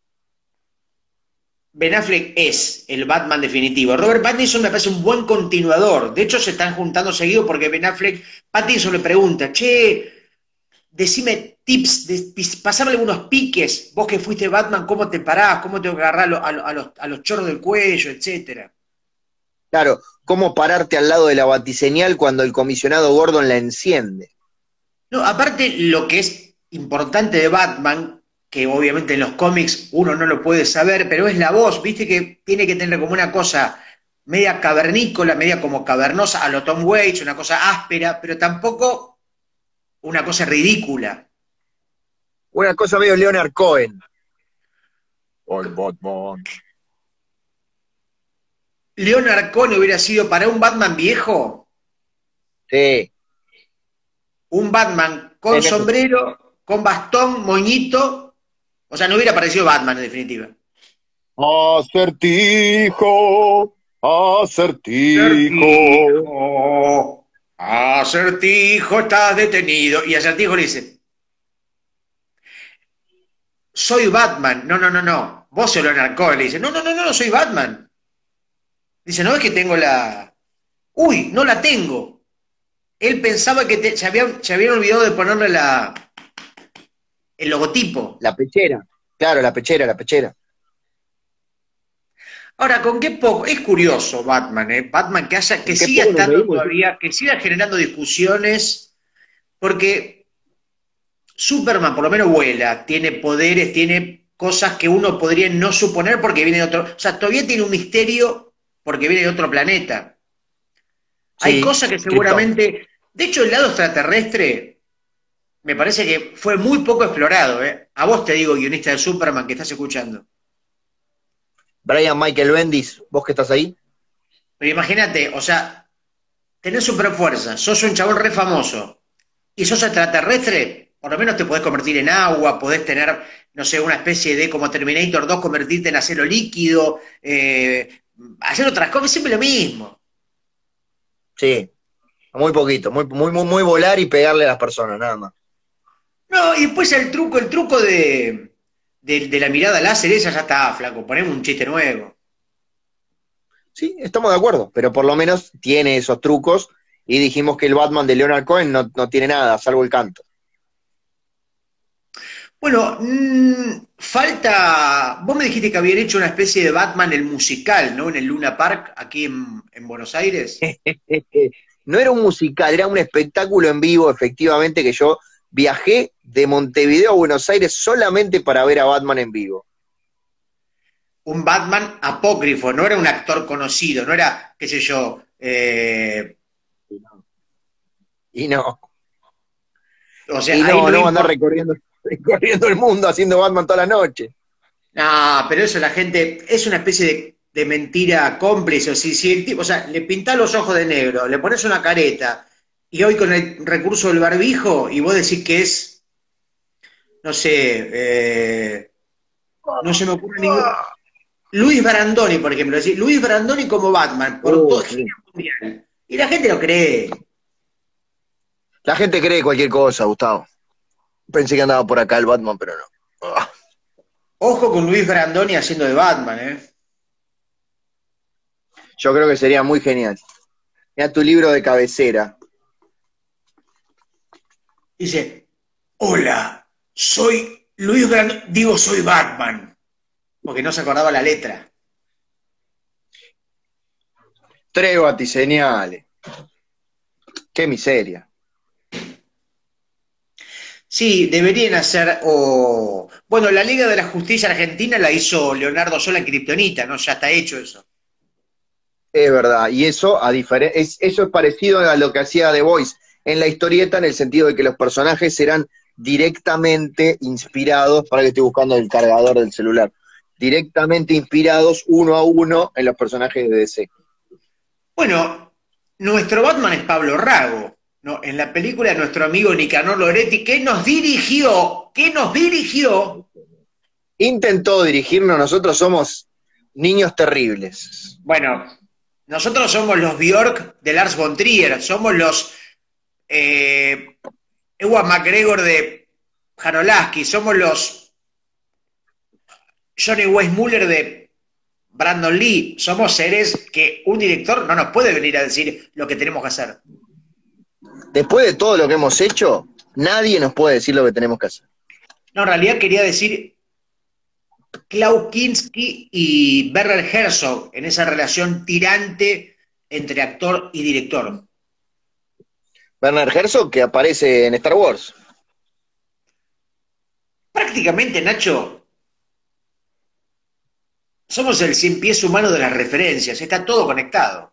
Ben Affleck es el Batman definitivo. Robert Pattinson me parece un buen continuador. De hecho, se están juntando seguido porque Ben Affleck, Pattinson le pregunta, che, decime tips, pasame algunos piques, vos que fuiste Batman, cómo te parás, cómo te agarrás a los chorros del cuello, etcétera. Claro, cómo pararte al lado de la batiseñal cuando el comisionado Gordon la enciende. No, aparte, lo que es importante de Batman, que obviamente en los cómics uno no lo puede saber, pero es la voz, viste que tiene que tener como una cosa media cavernícola, media como cavernosa, a lo Tom Waits, una cosa áspera, pero tampoco una cosa ridícula. Una cosa medio Leonard Cohen. Ay, Batman. Leonard Cohen hubiera sido para un Batman viejo, Sí. un Batman con sombrero, con bastón, moñito, o sea, no hubiera parecido Batman en definitiva. Acertijo, acertijo. Acertijo, Acertijo, estás detenido. Y Acertijo le dice, soy Batman. No, no, no, no. Vos se lo narcó. Le dice, no, no, no, no, no soy Batman. Dice, no es que tengo la... Uy, no la tengo. Él pensaba que se habían olvidado de ponerle el logotipo. La pechera. Claro, la pechera, la pechera. Ahora, ¿con qué poco? Es curioso Batman, ¿eh? Batman que ¿Con qué siga poco nos estando reímos? todavía, que siga generando discusiones, porque Superman por lo menos vuela, tiene poderes, tiene cosas que uno podría no suponer porque viene de otro... O sea, todavía tiene un misterio porque viene de otro planeta. Hay Sí, cosas que Krypton. seguramente... De hecho, el lado extraterrestre me parece que fue muy poco explorado, ¿eh? A vos te digo, guionista de Superman, que estás escuchando. Brian Michael Bendis, vos que estás ahí. Pero imagínate, o sea, tenés super fuerza, sos un chabón re famoso y sos extraterrestre, por lo menos te podés convertir en agua, podés tener, no sé, una especie de como Terminator 2, convertirte en acero líquido, hacer otras cosas, siempre lo mismo. Sí, muy poquito, muy volar y pegarle a las personas, nada más. No, y después el truco de la mirada láser, esa ya está, flaco, ponemos un chiste nuevo. Sí, estamos de acuerdo, pero por lo menos tiene esos trucos y dijimos que el Batman de Leonard Cohen no tiene nada, salvo el canto. Bueno, falta. Vos me dijiste que habían hecho una especie de Batman el musical, ¿no? En el Luna Park, aquí en Buenos Aires. No era un musical, era un espectáculo en vivo, efectivamente, que yo viajé de Montevideo a Buenos Aires solamente para ver a Batman en vivo. Un Batman apócrifo, no era un actor conocido, no era, qué sé yo. Y no, O y sea, ahí no, lo no andar importante. recorriendo el mundo haciendo Batman toda la noche. No, pero eso la gente. Es una especie de mentira cómplice. Si el tipo, o sea, le pintás los ojos de negro, le pones una careta, y hoy con el recurso del barbijo, y vos decís que es, no sé, no se me ocurre ningún. Luis Brandoni, por ejemplo, decir, Luis Brandoni como Batman, por todo gira Sí. mundial. Y la gente lo cree. La gente cree cualquier cosa, Gustavo. Pensé que andaba por acá el Batman, pero no. Ah, Ojo con Luis Brandoni haciendo de Batman, ¿eh? yo creo que sería muy genial. Mira tu libro de cabecera. Dice, hola, soy Luis Brandoni, digo soy Batman, porque no se acordaba la letra. Tres batiseñales. Qué miseria. Sí, deberían hacer, o... Bueno, la Liga de la Justicia Argentina la hizo Leonardo Sola en Kryptonita, ¿no? Ya está hecho eso. Es verdad. Y eso, eso es parecido a lo que hacía The Voice en la historieta, en el sentido de que los personajes eran directamente inspirados, para que estoy buscando el cargador del celular, directamente inspirados uno a uno en los personajes de DC. Bueno, nuestro Batman es Pablo Rago, ¿no? En la película nuestro amigo Nicanor Loretti, que nos dirigió, Intentó dirigirnos, nosotros somos niños terribles. bueno, nosotros somos los Bjork de Lars von Trier, somos los Ewan McGregor de Janolaski, somos los Johnny Weissmuller de Brandon Lee, somos seres que un director no nos puede venir a decir lo que tenemos que hacer. Después de todo lo que hemos hecho, nadie nos puede decir lo que tenemos que hacer. No, en realidad quería decir Klaus Kinski y Werner Herzog en esa relación tirante entre actor y director. Werner Herzog, que aparece en Star Wars. Prácticamente, Nacho, somos el cien pies humano de las referencias, está todo conectado.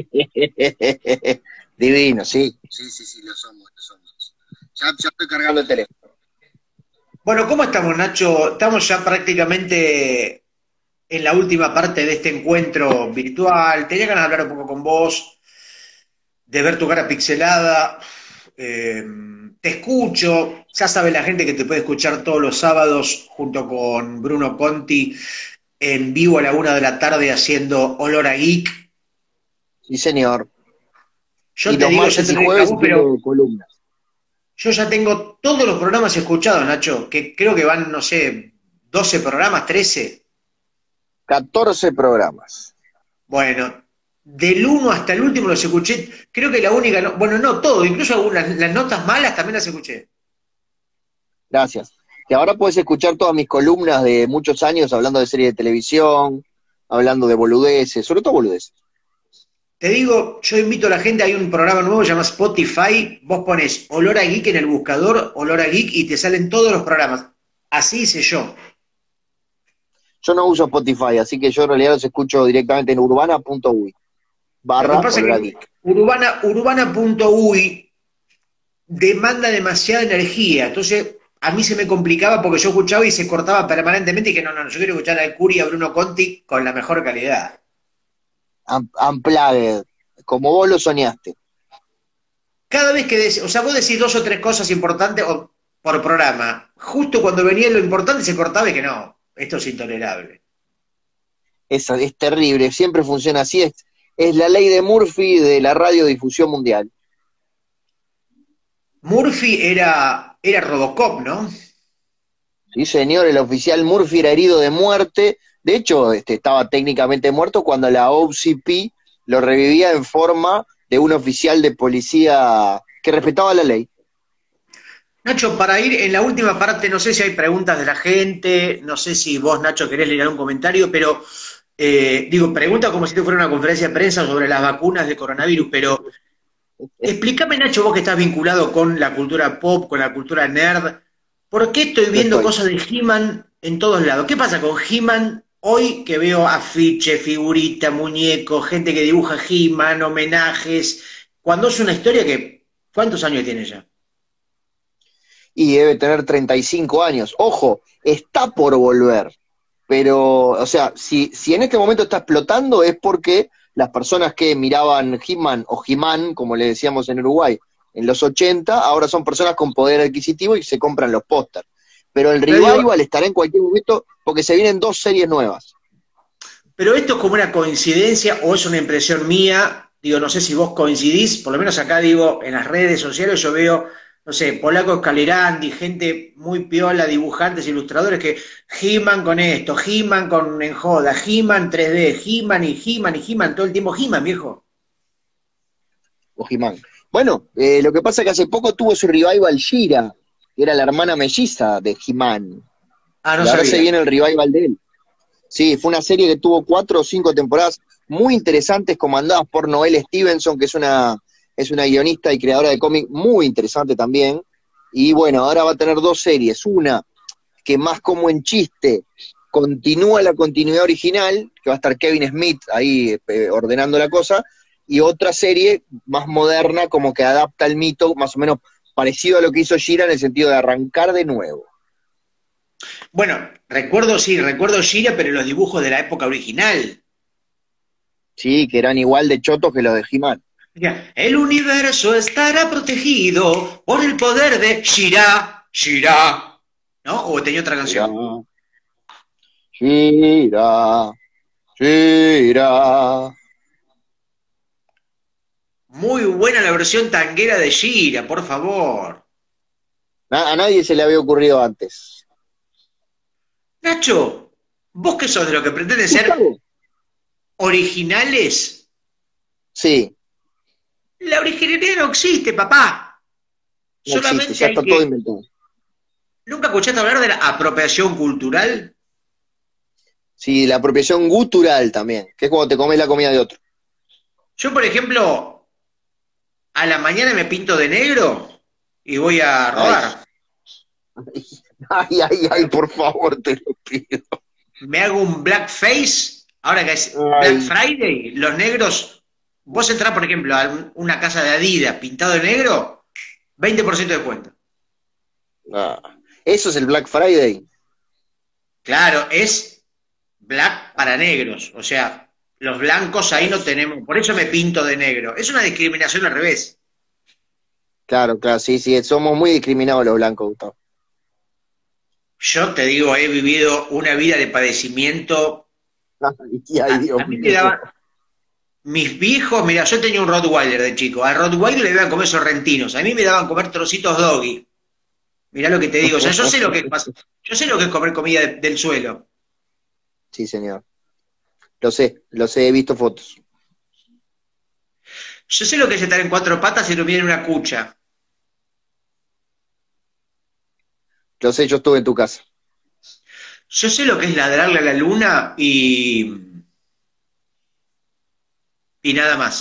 Divino, sí. Sí, lo somos, lo somos. Ya estoy cargando el teléfono. Bueno, ¿cómo estamos, Nacho? Estamos ya prácticamente en la última parte de este encuentro virtual. Tenía ganas de hablar un poco con vos, de ver tu cara pixelada. Te escucho, ya sabe la gente que te puede escuchar todos los sábados junto con Bruno Conti en vivo a la 1 de la tarde haciendo Olor a Geek. Sí, señor. Yo Y te los digo, yo martes y te jueves reclamo, pero tengo columnas. yo ya tengo todos los programas escuchados, Nacho, que creo que van, no sé, 12 programas, 13. 14 programas. Bueno, del uno hasta el último los escuché. Creo que la única, bueno, no todo, incluso algunas, las notas malas también las escuché. Gracias. Y ahora puedes escuchar todas mis columnas de muchos años hablando de series de televisión, hablando de boludeces, sobre todo boludeces. Te digo, yo invito a la gente, hay un programa nuevo que se llama Spotify, vos pones Olor a Geek en el buscador, Olor a Geek, y te salen todos los programas. Así hice yo. Yo no uso Spotify, así que yo en realidad los escucho directamente en urbana.uy Lo que barra pasa es Olor a que Geek. urbana.uy demanda demasiada energía. Entonces, a mí se me complicaba porque yo escuchaba y se cortaba permanentemente y que no, yo quiero escuchar al Curi y a Bruno Conti con la mejor calidad. Unplugged, como vos lo soñaste. Cada vez que, o sea, vos decís dos o tres cosas importantes por programa, justo cuando venía lo importante se cortaba y que no, esto es intolerable. Es terrible, siempre funciona así, es la ley de Murphy de la radiodifusión mundial. Murphy era Robocop, ¿no? Sí, señor, el oficial Murphy era herido de muerte, de hecho, estaba técnicamente muerto cuando la OCP lo revivía en forma de un oficial de policía que respetaba la ley. Nacho, para ir en la última parte, no sé si hay preguntas de la gente, no sé si vos, Nacho, querés leer algún comentario, pero digo, pregunta como si te fuera una conferencia de prensa sobre las vacunas de coronavirus, pero explícame, Nacho, vos que estás vinculado con la cultura pop, con la cultura nerd, ¿por qué estoy viendo cosas de He-Man en todos lados? ¿Qué pasa con He-Man hoy que veo afiche, figurita, muñeco, gente que dibuja He-Man, homenajes, cuando es una historia que, ¿cuántos años tiene ya? Y debe tener 35 años. Ojo, está por volver. Pero, o sea, si en este momento está explotando es porque las personas que miraban He-Man o He-Man, como le decíamos en Uruguay, en los 80, ahora son personas con poder adquisitivo y se compran los pósters. Pero el revival estará en cualquier momento porque se vienen 2 series nuevas. Pero esto es como una coincidencia o es una impresión mía, digo, no sé si vos coincidís, por lo menos acá digo, en las redes sociales yo veo, no sé, Polaco Escalerandi, gente muy piola, dibujantes, ilustradores, que He-Man con esto, He-Man con Enjoda, He-Man 3D, He-Man y He-Man y He-Man, todo el tiempo He-Man, viejo. O He-Man. Bueno, lo que pasa es que hace poco tuvo su revival Shira, que era la hermana melliza de He-Man. Ah, no y ahora sabía. se viene el revival de él. Sí, fue una serie que tuvo 4 o 5 temporadas muy interesantes, comandadas por Noelle Stevenson, que es una guionista y creadora de cómic muy interesante también. Y bueno, ahora va a tener 2 series. Una que más como en chiste continúa la continuidad original, que va a estar Kevin Smith ahí ordenando la cosa, y otra serie más moderna, como que adapta el mito, más o menos parecido a lo que hizo Shira en el sentido de arrancar de nuevo. Bueno, recuerdo Shira, pero los dibujos de la época original. Sí, que eran igual de chotos que los de He-Man. El universo estará protegido por el poder de Shira, Shira. ¿No? ¿O tenía otra canción? Shira, Shira. Muy buena la versión tanguera de Shira, por favor. A nadie se le había ocurrido antes. Nacho, vos que sos de lo que pretende ser originales. Sí. La originalidad no existe, papá. No Solamente existe, ya está todo inventado. ¿Nunca escuchaste hablar de la apropiación cultural? Sí, la apropiación gutural también, que es cuando te comes la comida de otro. Yo, por ejemplo, a la mañana me pinto de negro y voy a robar. Ay, por favor, te lo pido. Me hago un blackface, ahora que es Black Friday, los negros, vos entrás, por ejemplo, a una casa de Adidas pintado de negro, 20% de descuento. Eso es el Black Friday. Claro, es black para negros, o sea, los blancos ahí no tenemos, por eso me pinto de negro. Es una discriminación al revés. Claro, sí, somos muy discriminados los blancos, Gustavo. Yo te digo, he vivido una vida de padecimiento. A mí me daban, mis viejos, mira, yo tenía un Rottweiler de chico, al Rottweiler le daban comer sorrentinos, a mí me daban comer trocitos doggy. Mirá lo que te digo, o sea, yo sé lo que es, yo sé lo que es comer comida del suelo. Sí, señor. Lo sé, he visto fotos. Yo sé lo que es estar en 4 patas y dormir en una cucha. Lo sé, yo estuve en tu casa. Yo sé lo que es ladrarle a la luna y nada más.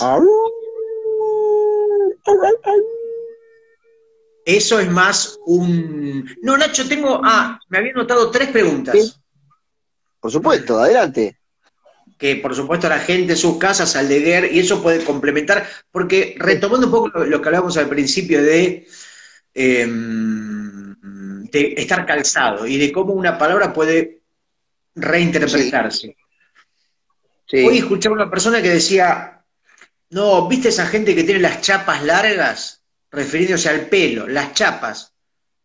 Eso es más un... No, Nacho, me había notado 3 preguntas. ¿Sí? Por supuesto, adelante. Que por supuesto la gente en sus casas, Aldeguer, y eso puede complementar, porque retomando un poco lo que hablábamos al principio de de estar calzado y de cómo una palabra puede Sí, reinterpretarse. Hoy sí. escuchaba una persona que decía, no, ¿viste esa gente que tiene las chapas largas? Refiriéndose al pelo, las chapas.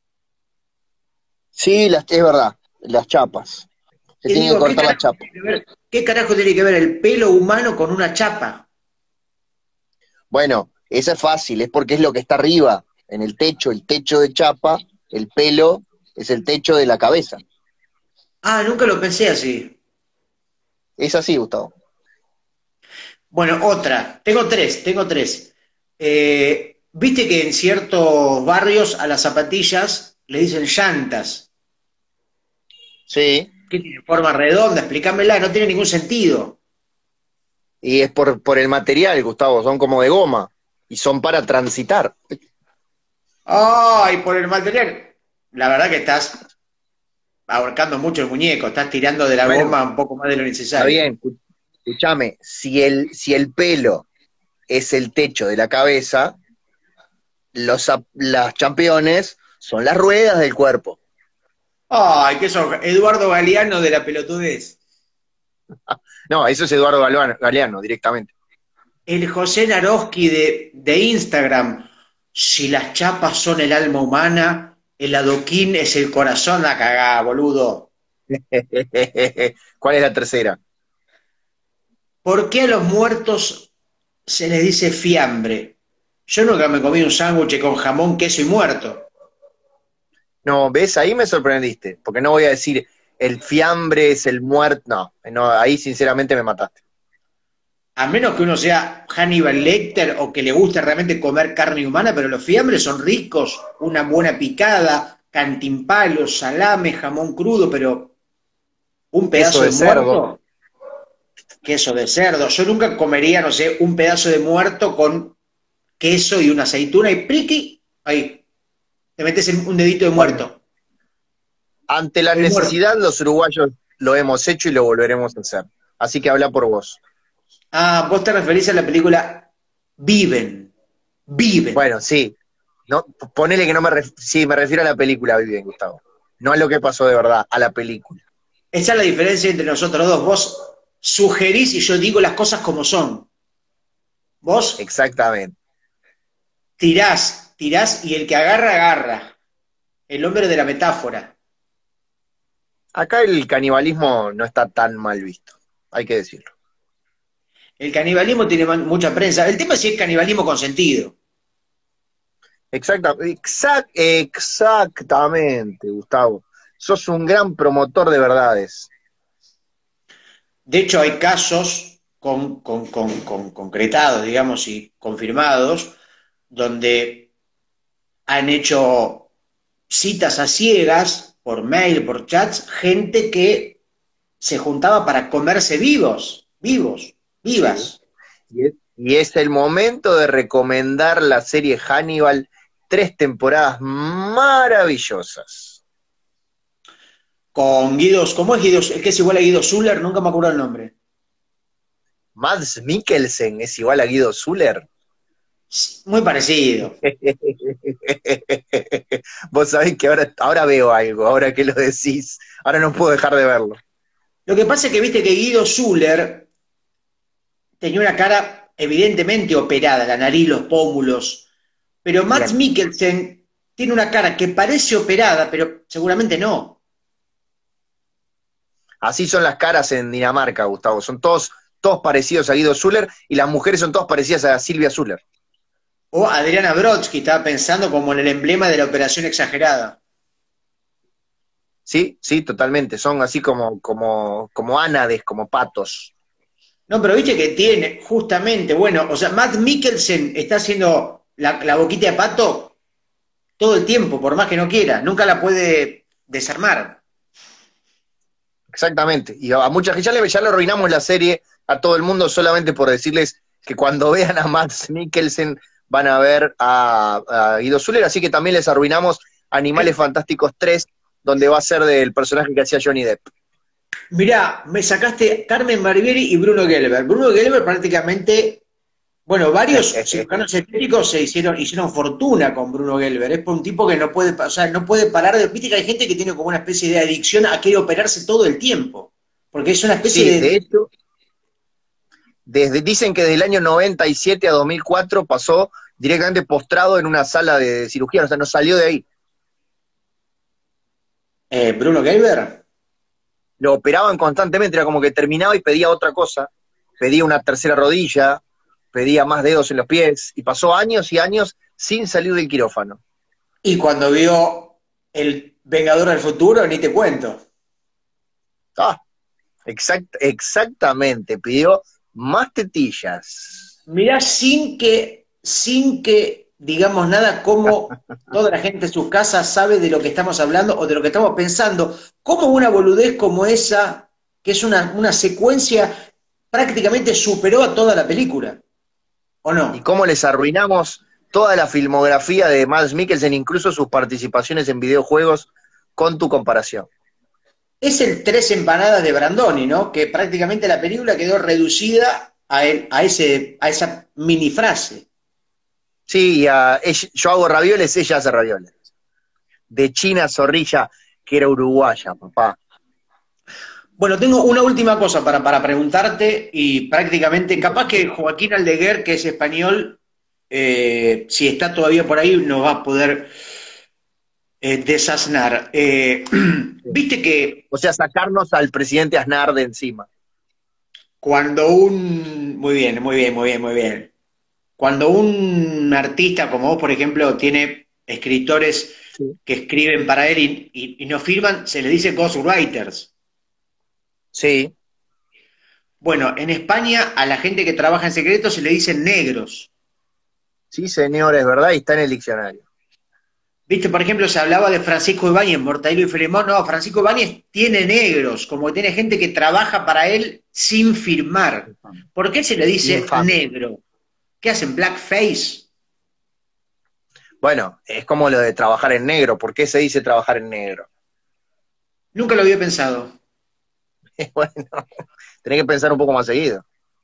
Sí, es verdad, las chapas. Se Y tiene que digo, cortar las chapas. ¿qué carajo tiene que ver el pelo humano con una chapa? Bueno, esa es fácil, es porque es lo que está arriba, en el techo de chapa, el pelo es el techo de la cabeza. Ah, nunca lo pensé así. Es así, Gustavo. Bueno, otra. Tengo tres. ¿Viste que en ciertos barrios a las zapatillas le dicen llantas? Sí, ¿Qué tiene forma redonda? Explícamela, no tiene ningún sentido. y es por el material, Gustavo, son como de goma y son para transitar. ¡Ay, por el material! La verdad que estás ahorcando mucho el muñeco, estás tirando de la Bueno, goma un poco más de lo está necesario. bien, escúchame, si el pelo es el techo de la cabeza, las championes son las ruedas del cuerpo. ¡Ay, qué sos Eduardo Galeano de la pelotudez! No, eso es Eduardo Galeano directamente. El José Naroski de Instagram. Si las chapas son el alma humana, el adoquín es el corazón a cagar, boludo. ¿Cuál es la tercera? ¿Por qué a los muertos se les dice fiambre? Yo nunca me comí un sándwich con jamón, queso y muerto. No, ¿ves? Ahí me sorprendiste, porque no voy a decir el fiambre es el muerto. No, no, ahí sinceramente me mataste. A menos que uno sea Hannibal Lecter o que le guste realmente comer carne humana, pero los fiambres son ricos, una buena picada, cantimpalos, salame, jamón crudo, pero un Queso pedazo de de cerdo. muerto, queso de cerdo. Yo nunca comería, no sé, un pedazo de muerto con queso y una aceituna y priqui, ahí, te metes un dedito de Bueno, muerto. ante la El muerto. necesidad, los uruguayos lo hemos hecho y lo volveremos a hacer. Así que habla por vos. Ah, vos te referís a la película Viven. Viven. Bueno, sí. No, ponele que no sí, me refiero a la película Viven, Gustavo. No a lo que pasó de verdad, a la película. Esa es la diferencia entre nosotros dos. Vos sugerís y yo digo las cosas como son. Vos Exactamente. tirás y el que agarra, agarra. El hombre de la metáfora. Acá el canibalismo no está tan mal visto, hay que decirlo. El canibalismo tiene mucha prensa. El tema es si es canibalismo consentido. Exactamente, Gustavo. Sos un gran promotor de verdades. De hecho, hay casos concretados, digamos, y confirmados, donde han hecho citas a ciegas, por mail, por chats, gente que se juntaba para comerse Sí. vivas. Y es el momento de recomendar la serie Hannibal, 3 temporadas maravillosas. Con Guido, ¿cómo es Guido? El que es igual a Guido Zuller, nunca me acuerdo el nombre. Mads Mikkelsen es igual a Guido Zuller. Muy parecido. Vos sabés que ahora veo algo, ahora que lo decís, ahora no puedo dejar de verlo. Lo que pasa es que viste que Guido Zuller tenía una cara evidentemente operada, la nariz, los pómulos, pero Mads Bien, Mikkelsen tiene una cara que parece operada, pero seguramente no. así son las caras en Dinamarca, Gustavo, son todos parecidos a Guido Zuller y las mujeres son todas parecidas a Silvia Zuller. O Adriana Brodsky estaba pensando como en el emblema de la operación exagerada. Sí, sí, totalmente, son así como ánades, como patos. No, pero viste que tiene, justamente, bueno, o sea, Matt Mikkelsen está haciendo la boquita de pato todo el tiempo, por más que no quiera, nunca la puede desarmar. Exactamente. Y a mucha gente ya le arruinamos la serie a todo el mundo solamente por decirles que cuando vean a Mads Mikkelsen van a ver a Guido Zuller, así que también les arruinamos Animales Fantásticos 3, donde va a ser del personaje que hacía Johnny Depp. Mirá, me sacaste Carmen Barbieri y Bruno Gelber. Bruno Gelber prácticamente Bueno, varios cirujanos estéticos hicieron fortuna con Bruno Gelber. Es por un tipo que no puede, o sea, no puede parar de. Viste que hay gente que tiene como una especie de adicción a querer operarse todo el tiempo. Porque es una especie Sí, de de. hecho, dicen que desde el año 97 a 2004 pasó directamente postrado en una sala de cirugía, o sea, no salió de ahí. Bruno Gelber. Lo operaban constantemente, era como que terminaba y pedía otra cosa, pedía una tercera rodilla, pedía más dedos en los pies, y pasó años y años sin salir del quirófano. Y cuando vio El Vengador del Futuro, ni te cuento. Ah, exactamente, pidió más tetillas. Mirá, sin que digamos nada, cómo toda la gente en sus casas sabe de lo que estamos hablando o de lo que estamos pensando, cómo una boludez como esa, que es una secuencia, prácticamente superó a toda la película, ¿o Y no? cómo les arruinamos toda la filmografía de Mads Mikkelsen, incluso sus participaciones en videojuegos, con tu comparación. Es el Tres Empanadas de Brandoni, ¿no? Que prácticamente la película quedó reducida a esa mini frase. Sí, yo hago ravioles, ella hace ravioles. De China Zorrilla, que era uruguaya, papá. Bueno, tengo una última cosa para preguntarte y prácticamente, capaz que Joaquín Aldeguer, que es español, si está todavía por ahí, nos va a poder desasnar. Viste que O sea, sacarnos al presidente Aznar de encima. cuando un... Muy bien, muy bien, muy bien, muy bien. Cuando un artista como vos, por ejemplo, tiene escritores Sí. que escriben para él y no firman, se le dice ghostwriters. Sí, Bueno, en España a la gente que trabaja en secreto se le dicen negros. sí, señor, es verdad, y está en el diccionario. Viste, por ejemplo, se hablaba de Francisco Ibáñez, Mortadelo y Filemón. No, Francisco Ibáñez tiene negros, como que tiene gente que trabaja para él sin firmar. Infame. ¿Por qué se le dice Infame. negro? ¿Qué hacen? ¿Blackface? Bueno, es como lo de trabajar en negro. ¿Por qué se dice trabajar en negro? Nunca lo había pensado. Bueno, tenés que pensar un poco más seguido.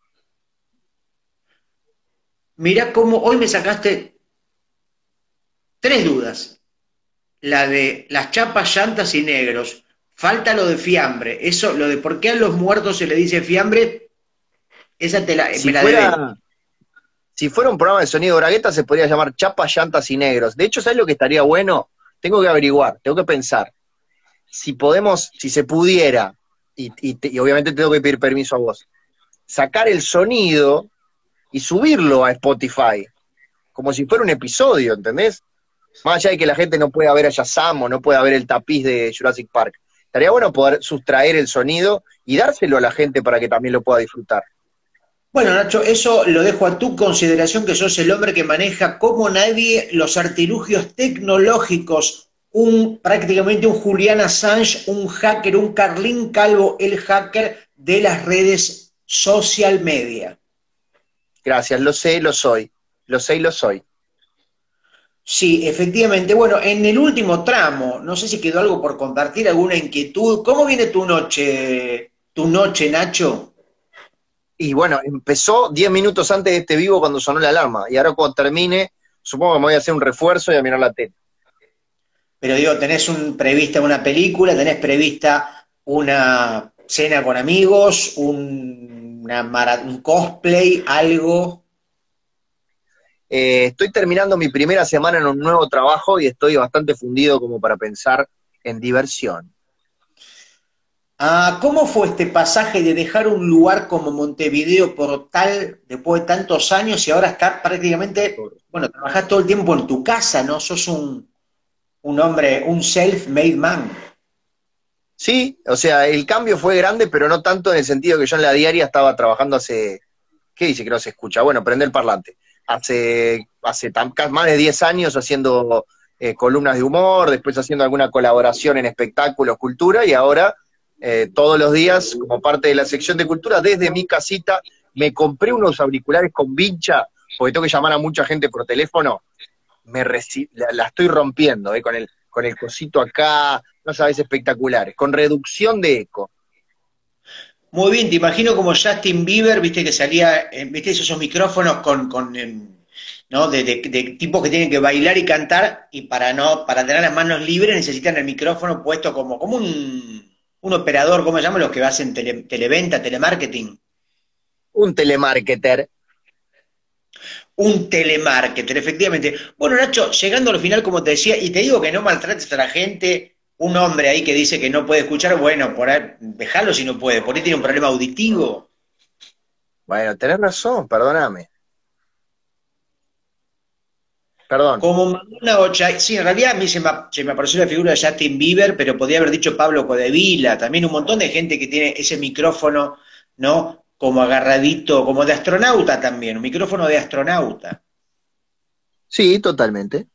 Mirá cómo hoy me sacaste tres dudas. La de las chapas, llantas y negros. Falta lo de fiambre. Eso, lo de por qué a los muertos se le dice fiambre, esa me Si la debes. fuera, si fuera un programa de sonido bragueta, se podría llamar Chapas, Llantas y Negros. De hecho, ¿sabes lo que estaría bueno? Tengo que averiguar, tengo que pensar. Si podemos, si se pudiera, y obviamente tengo que pedir permiso a vos, sacar el sonido y subirlo a Spotify, como si fuera un episodio, ¿entendés? Más allá de que la gente no pueda ver a Shazam o no pueda ver el tapiz de Jurassic Park. Estaría bueno poder sustraer el sonido y dárselo a la gente para que también lo pueda disfrutar. Bueno, Nacho, eso lo dejo a tu consideración, que sos el hombre que maneja como nadie los artilugios tecnológicos, prácticamente un Julian Assange, un hacker, un Carlín Calvo, el hacker de las redes social media. Gracias, lo sé, lo soy. Lo sé y lo soy. Sí, efectivamente. Bueno, en el último tramo, no sé si quedó algo por compartir, alguna inquietud. ¿Cómo viene tu noche, Nacho? Y bueno, empezó 10 minutos antes de este vivo cuando sonó la alarma. Y ahora cuando termine, supongo que me voy a hacer un refuerzo y a mirar la tele. Pero digo, ¿tenés prevista una película? ¿Tenés prevista una cena con amigos? ¿Un cosplay? ¿Algo? Estoy terminando mi primera semana en un nuevo trabajo y estoy bastante fundido como para pensar en diversión. Ah, ¿cómo fue este pasaje de dejar un lugar como Montevideo Portal después de tantos años y ahora estar prácticamente, bueno, trabajás todo el tiempo en tu casa, ¿no? Sos un hombre, un self-made man. Sí, o sea, el cambio fue grande, pero no tanto en el sentido que yo en la diaria estaba trabajando hace, ¿qué dice que no se escucha? Bueno, prende el parlante. Más de 10 años haciendo columnas de humor, después haciendo alguna colaboración en espectáculos, cultura, y ahora todos los días, como parte de la sección de cultura, desde mi casita, me compré unos auriculares con vincha, porque tengo que llamar a mucha gente por teléfono, la estoy rompiendo, con el cosito acá, no sabes, espectaculares, con reducción de eco. Muy bien, te imagino como Justin Bieber, viste que salía, viste esos micrófonos ¿no? De tipos que tienen que bailar y cantar y para tener las manos libres necesitan el micrófono puesto como un operador, ¿cómo se llaman los que hacen televenta, telemarketing? Un telemarketer. Un telemarketer, efectivamente. Bueno, Nacho, llegando al final, como te decía, y te digo que no maltrates a la gente, un hombre ahí que dice que no puede escuchar, bueno, por ahí, déjalo si no puede, por ahí tiene un problema auditivo. Bueno, tenés razón, perdóname. Perdón. Como Madonna o sí, en realidad a mí se me apareció la figura de Justin Bieber, pero podía haber dicho Pablo Codevila, también un montón de gente que tiene ese micrófono, ¿no? Como agarradito, como de astronauta también, un micrófono de astronauta. Sí, totalmente.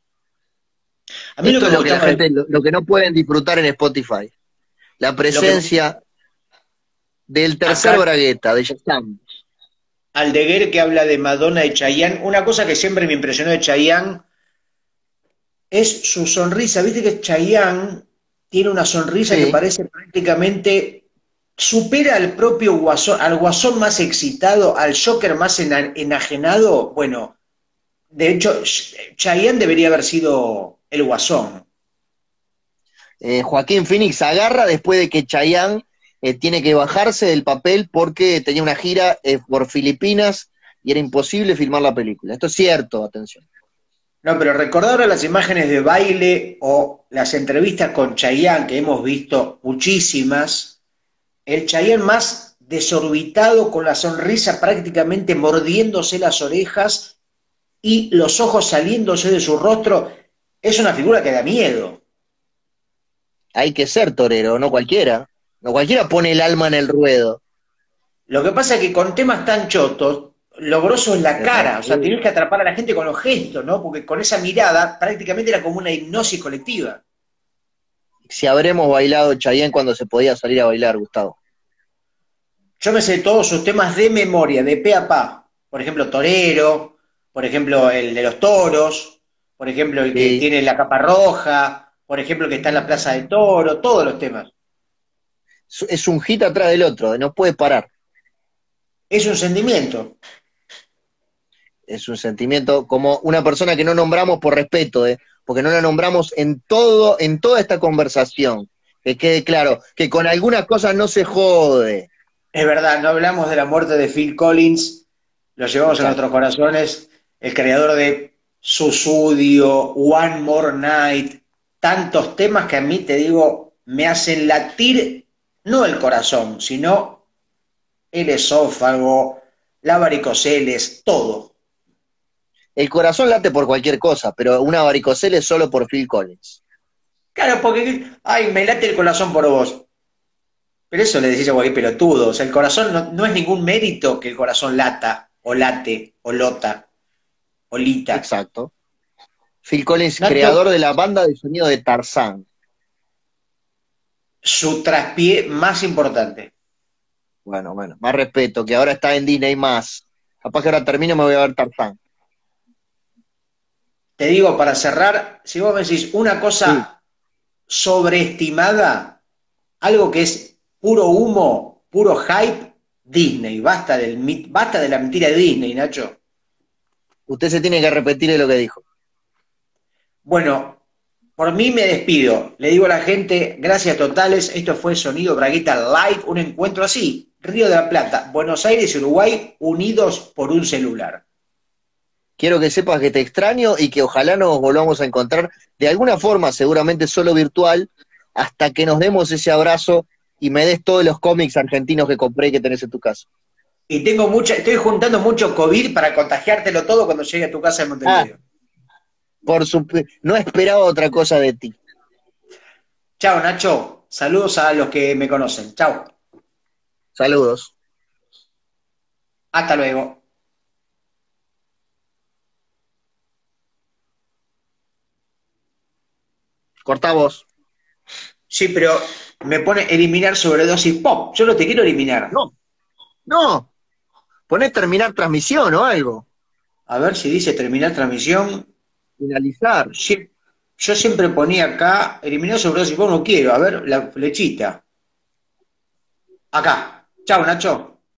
A mí lo Esto que es me lo que la gustaba de, gente, lo que no pueden disfrutar en Spotify. La lo que presencia del tercer acá bragueta, de Shazam. Aldeguer que habla de Madonna y Chayanne, una cosa que siempre me impresionó de Chayanne es su sonrisa. Viste que Chayanne tiene una sonrisa que Sí. parece prácticamente supera al propio Guasón, al Guasón más excitado, al Joker más enajenado. Bueno, de hecho, Chayanne debería haber sido el Guasón. Joaquín Phoenix agarra después de que Chayanne tiene que bajarse del papel porque tenía una gira por Filipinas y era imposible filmar la película. Esto es cierto, atención. No, pero recordar ahora las imágenes de baile o las entrevistas con Chayanne, que hemos visto muchísimas, el Chayanne más desorbitado, con la sonrisa prácticamente mordiéndose las orejas y los ojos saliéndose de su rostro, es una figura que da miedo. Hay que ser torero, no cualquiera. No cualquiera pone el alma en el ruedo. Lo que pasa es que con temas tan chotos, lo grosso es la Pero, cara, o sea, tenés que atrapar a la gente con los gestos, ¿no? Porque con esa mirada prácticamente era como una hipnosis colectiva. si habremos bailado Chayanne cuando se podía salir a bailar, Gustavo. Yo me sé todos sus temas de memoria, de pe a pa. Por ejemplo, Torero, por ejemplo, el de los toros, por ejemplo, el que Sí. tiene la capa roja, por ejemplo, el que está en la Plaza de Toro, todos los temas. Es un hit atrás del otro, no puede parar. Es un sentimiento. Es un sentimiento como una persona que no nombramos por respeto, porque no la nombramos en todo, en toda esta conversación. Que quede claro, que con algunas cosas no se jode. Es verdad, no hablamos de la muerte de Phil Collins, lo llevamos en Exacto. nuestros corazones, el creador de Susudio, One More Night, tantos temas que a mí, te digo, me hacen latir no el corazón, sino el esófago, la varicoceles, todo. El corazón late por cualquier cosa, pero una varicocele es solo por Phil Collins. Claro, porque, ay, me late el corazón por vos. Pero eso le decís a cualquier pelotudo. O sea, el corazón no es ningún mérito que el corazón lata, o late, o lota, o lita. Exacto. Phil Collins, Nacho, creador de la banda de sonido de Tarzán. su traspié más importante. Bueno, bueno, más respeto, que ahora está en Disney más. Capaz que ahora termino y me voy a ver Tarzán. Te digo, para cerrar, si vos me decís una Sí. cosa sobreestimada, algo que es puro humo, puro hype, Disney. Basta de la mentira de Disney, Nacho. Usted se tiene que repetir de lo que dijo. Bueno, por mí me despido. Le digo a la gente, gracias totales. Esto fue Sonido Bragueta Live, un encuentro así. Río de la Plata, Buenos Aires y Uruguay, unidos por un celular. Quiero que sepas que te extraño y que ojalá nos volvamos a encontrar de alguna forma, seguramente solo virtual, hasta que nos demos ese abrazo y me des todos los cómics argentinos que compré y que tenés en tu casa. Y estoy juntando mucho COVID para contagiártelo todo cuando llegue a tu casa en Ah, Montevideo. no esperaba otra cosa de ti. Chao, Nacho. Saludos a los que me conocen. Chao. Saludos. Hasta luego. Cortá vos. Sí, pero me pone eliminar sobredosis pop. Yo no te quiero eliminar. No, no. Poné terminar transmisión o algo. A ver si dice terminar transmisión. Finalizar. Sí, yo siempre ponía acá eliminar sobredosis pop, no quiero. A ver, la flechita. Acá. Chau, Nacho.